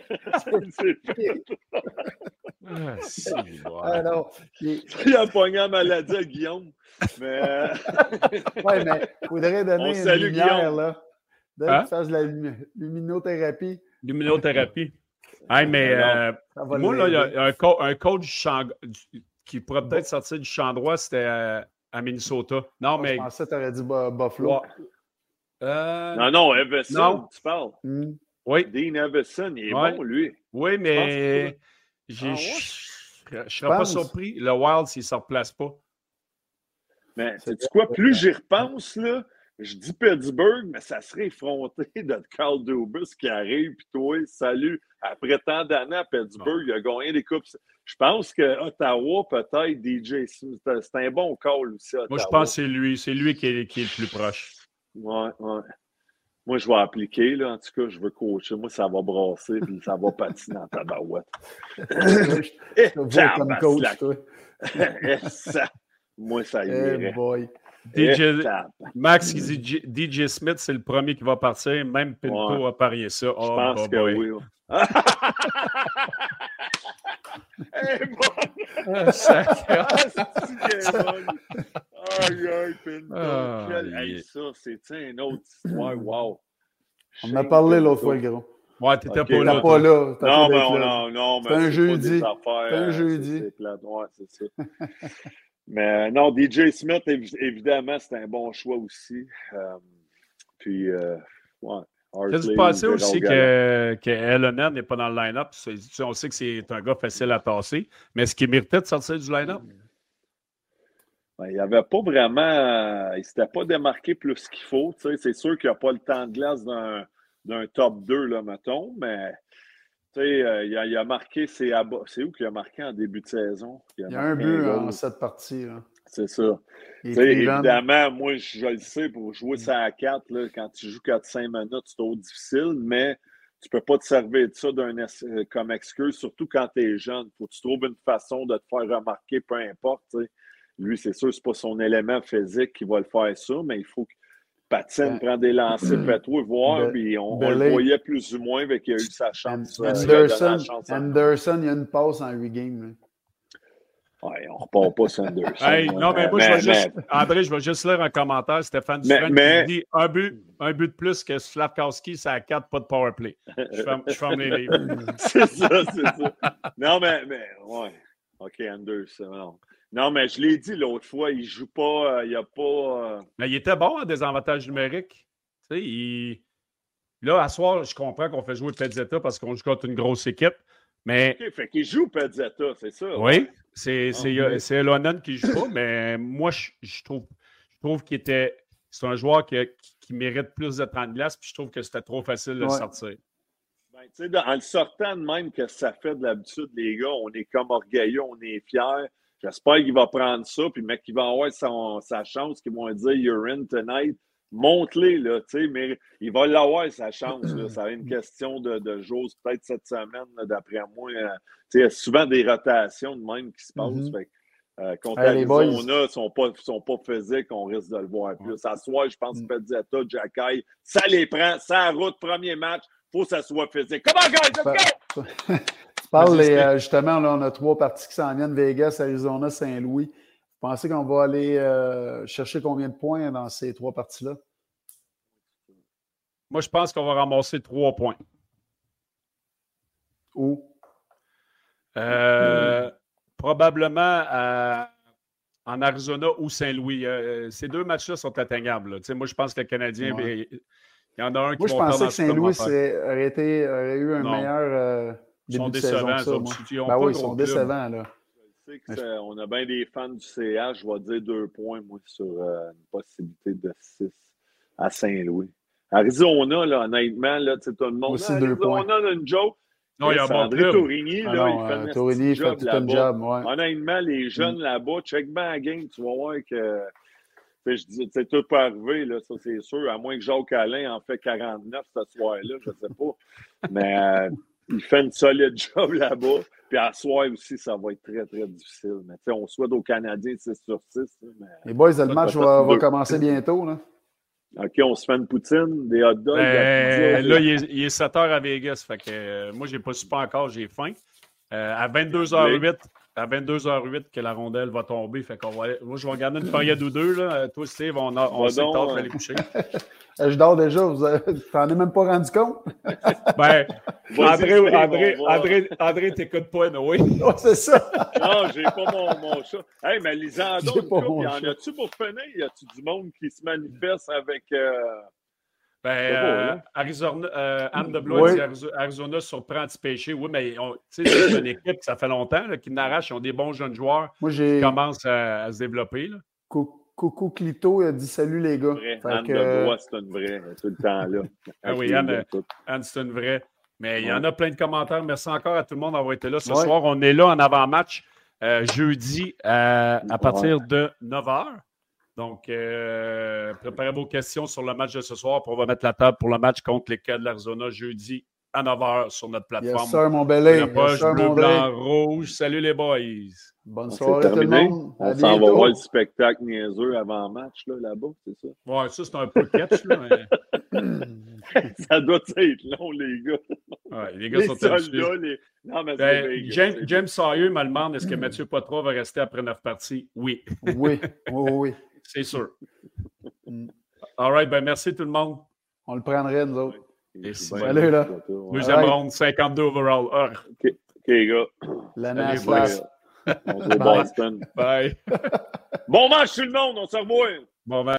ah, si, bon. ah, non. Il... il a pogné la maladie à Guillaume. Mais... oui, mais il faudrait donner une salue, lumière, Guillaume. Là. Donner hein? qu'il fasse de la luminothérapie. Luminothérapie. hey, mais euh, moi, là, il y a un, co- un coach champ... qui pourrait peut-être sortir du champ droit, c'était euh, à Minnesota. Non, oh, mais... Je pensais que tu aurais dit Buffalo. Ouais. Euh... Non, non, Everson, non. Tu parles. Mm. Oui. Dean Everson, il est ouais. bon, lui. Oui, mais j'ai... ah, ouais? je ne serais pas surpris. Le Wild, s'il ne se replace pas. Mais sais-tu quoi? Plus j'y repense, là, je dis Pittsburgh, mais ça serait effronté de Carl Dubas qui arrive, puis toi, salut. Après tant d'années à Pittsburgh, bon. il a gagné des coupes. Je pense que Ottawa, peut-être, D J Smith, c'est un bon call aussi. Ottawa. Moi, je pense que c'est lui. C'est lui qui est, qui est le plus proche. Ouais, ouais. Moi, je vais appliquer, là. En tout cas, je veux coacher. Moi, ça va brasser, puis ça va patiner en tabarouette. Je te vois comme coach, toi. ça. Moi, ça y irait. Boy. D J, Max, qui dit D J Smith, c'est le premier qui va partir. Même Pinto ouais. a parié ça. Oh, je pense bah, que boy. oui. hey, bon. ah, ça, aïe, aïe, Pinto. Oh, Quel... hey, ça, c'est une autre histoire. Wow. On en a parlé l'autre fois, le gros. Ouais, t'étais okay, pas là. pas là. Non, mais on, non, non, mais c'est un jeudi. C'est un jeudi. C'est plate. Ouais, c'est ça. Mais non, D J Smith, évidemment, c'est un bon choix aussi. Euh, puis, euh, ouais. Qu'est-ce que tu pensais aussi que, que Elonen n'est pas dans le line-up? On sait que c'est un gars facile à tasser, mais est-ce qu'il méritait de sortir du line-up? Ben, il n'avait pas vraiment... Il ne s'était pas démarqué plus qu'il faut. C'est sûr qu'il n'a pas le temps de glace d'un, d'un top deux, là, mettons, mais... Euh, il, a, il a marqué, c'est, à, c'est où qu'il a marqué en début de saison? Il, a il y a un but en cette partie. Là. C'est ça. Évidemment, moi, je, je le sais, pour jouer ça à quatre, là, quand tu joues quatre cinq minutes, c'est trop difficile, mais tu ne peux pas te servir de ça d'un, comme excuse, surtout quand tu es jeune. Il faut que tu trouves une façon de te faire remarquer, peu importe. T'sais. Lui, c'est sûr, ce n'est pas son élément physique qui va le faire ça, mais il faut que patine, prend des lancers, fais-toi voir, puis on, on le voyait plus ou moins, avec qu'il a eu sa chance. Anderson, euh, chance Anderson il y a une passe en huit games. Ouais, on repart pas sur Anderson. Hey, non, mais moi, mais, je vais mais... juste, André, je vais juste lire un commentaire. Stéphane Dufresne mais... qui dit un but, un but de plus que Slavkowski, c'est à quatre, pas de powerplay. Je ferme, je ferme les livres. c'est ça, c'est ça. Non, mais, mais ouais. OK, Anderson, non. Non, mais je l'ai dit l'autre fois, il ne joue pas, euh, il n'y a pas... Euh... Mais il était bon à des avantages numériques. Tu sais, il... Là, à soir, je comprends qu'on fait jouer Pezzetta parce qu'on joue contre une grosse équipe, mais... OK, fait qu'il joue Pezzetta, c'est ça? Oui, ouais. c'est, c'est, oh, c'est Elonen qui ne joue pas, mais moi, je, je, trouve, je trouve qu'il était... C'est un joueur qui, qui, qui mérite plus de temps de glace, puis je trouve que c'était trop facile de ouais. sortir. Ben, tu sais, en le sortant de même que ça fait de l'habitude, les gars, on est comme orgueilleux, on est fiers. J'espère qu'il va prendre ça, puis mec, qu'il va avoir son, sa chance, qu'ils vont dire « You're in tonight ». Monte-les, là, tu sais, mais il va l'avoir, sa chance. Là. Ça va être une question de, de jours, peut-être cette semaine, là, d'après moi. Tu sais, il y a souvent des rotations de même qui se passent. Mm-hmm. Fait, euh, contre hey, Arizona, ils ne sont pas, sont pas physiques, on risque de le voir plus. À soir, je pense que Pezzetta, Jacky, ça les prend, ça route, premier match, il faut que ça soit physique. Come on, guys, let's go! Tu parles, les, euh, justement, là, on a trois parties qui s'en viennent, Vegas, Arizona, Saint-Louis. Vous pensez qu'on va aller euh, chercher combien de points dans ces trois parties-là? Moi, je pense qu'on va ramasser trois points. Où? Euh, mmh. Probablement à, en Arizona ou Saint-Louis. Euh, ces deux matchs-là sont atteignables. Moi, je pense que le Canadien, ouais. il y en a un qui Moi, je pensais que Saint-Louis aurait, été, aurait eu un non. meilleur... Euh... Ils sont début de saison décevants. que ça, Ça, moi. ils ont Ben pas oui, de ils sont gros club. décevants, là. Je sais que ça, on a bien des fans du C H. Je vais dire deux points, moi, sur euh, une possibilité de six à Saint-Louis. Arizona, là, honnêtement, là, tu sais, tout le monde. Aussi Ah, deux Arizona, on a une joke. Non, il y a un bon André club. Tourigny, Ah là, non, il fait euh, un Tourigny esti de fait job tout un là-bas. job, ouais. Honnêtement, les jeunes Mm. là-bas, check bien la game, tu vas voir que tu sais, je dis, tu sais, tout peut arriver, là, ça c'est sûr, à moins que Jacques Alain en fait quarante-neuf ce soir-là, je ne sais pas. Mais euh, il fait une solide job là-bas. Puis à soir aussi, ça va être très, très difficile. Mais tu sais, on souhaite aux Canadiens six sur six. Mais... Les boys, le match ça va, fait va deux. commencer bientôt, là. OK, on se fait une poutine, des hot dogs. Ben, des là, il est, il est sept heures à Vegas. Fait que euh, moi, j'ai pas super encore, j'ai faim. Euh, à vingt-deux heures huit, à vingt-deux heures huit que la rondelle va tomber. Fait qu'on va aller- moi, je vais regarder une période ou deux. Là. Toi, Steve, on, a, on Va sait que donc, tard, je euh, vais aller coucher. Euh, Je dors déjà, vous avez- t'en es même pas rendu compte? Ben, Vas-y, André, Steve, André, on va- André, André, t'écoutes pas, mais oui. Ouais, c'est ça. Non, j'ai pas mon, mon chat. Hey, mais lisant J'ai donc, pas mon y en chat. a-tu pour finir? Y a-tu du monde qui se manifeste avec. Euh... Ben, C'est beau, euh, hein? Arizona, euh, Anne de Blois Oui. dit Arizo- Arizona surprend Anti-Péché. Oui, mais on- tu sais, c'est une équipe, ça fait longtemps là, qui n'arrache. Ils ont des bons jeunes joueurs Moi, qui j'ai commencent à, à se développer. Là. Cou- Coucou Clito, il a dit salut les gars. Vrai. Fait Anne que, de Blois, c'est une vraie. Elle est tout le temps là. Ah oui, Elle Anne, suit euh, tout. Anne, c'est une vraie. Mais il y en Ouais. a plein de commentaires. Merci encore à tout le monde d'avoir été là ce Ouais. soir. On est là en avant-match euh, jeudi euh, à partir de neuf heures. Donc, euh, préparez vos questions sur le match de ce soir. Puis on va mettre la table pour le match contre les Cas de l'Arizona jeudi à neuf heures sur notre plateforme. yes sir, mon belé. La Yes poche, sir, bleu, mon blanc, belé. rouge. Salut les boys. Bonne C'est soirée tout le terminé. monde. On À s'en va bientôt. voir le spectacle niaiseux avant match là, là-bas, c'est ça? Ouais, ça, c'est un peu catch. Là, mais... Ça doit être long, les gars. ouais, les gars Les sont habitués. soldats, les. Non, mais c'est Ben, Vegas, James, c'est- James Sawyer me demande est-ce que Mathieu Poitras va rester après neuf parties? Oui, Oui, oui, oui. c'est sûr. Mm. All right, ben merci tout le monde. On le prendrait, nous autres. Je suis c'est bien salut, là. content, ouais. Deuxième right. ronde, cinquante-deux overall. Ah, OK, les gars. La Salut, Nas boys. Flash. On se voit à Boston. bye. Bon match, tout le monde. On se revoit. Bon, ben.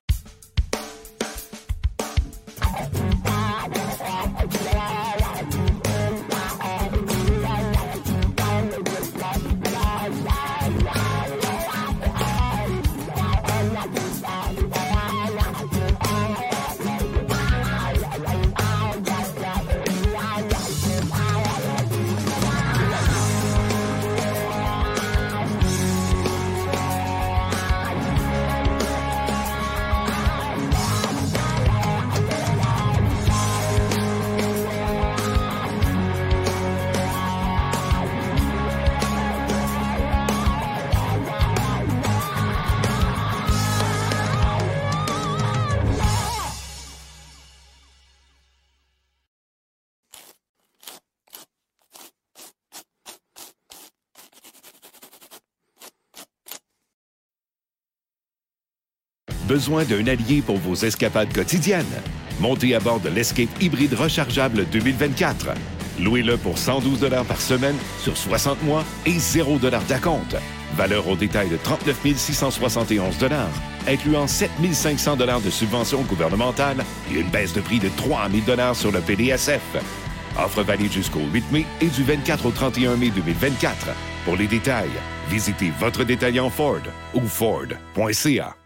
Besoin d'un allié pour vos escapades quotidiennes? Montez à bord de l'Escape hybride rechargeable deux mille vingt-quatre. Louez-le pour cent douze dollars par semaine sur soixante mois et zéro dollar d'acompte. Valeur au détail de trente-neuf mille six cent soixante et onze dollars, incluant sept mille cinq cents dollars de subventions gouvernementales et une baisse de prix de trois mille dollars sur le P D S F. Offre valide jusqu'au huit mai et du vingt-quatre au trente et un mai deux mille vingt-quatre. Pour les détails, visitez votre détaillant Ford ou Ford point C A.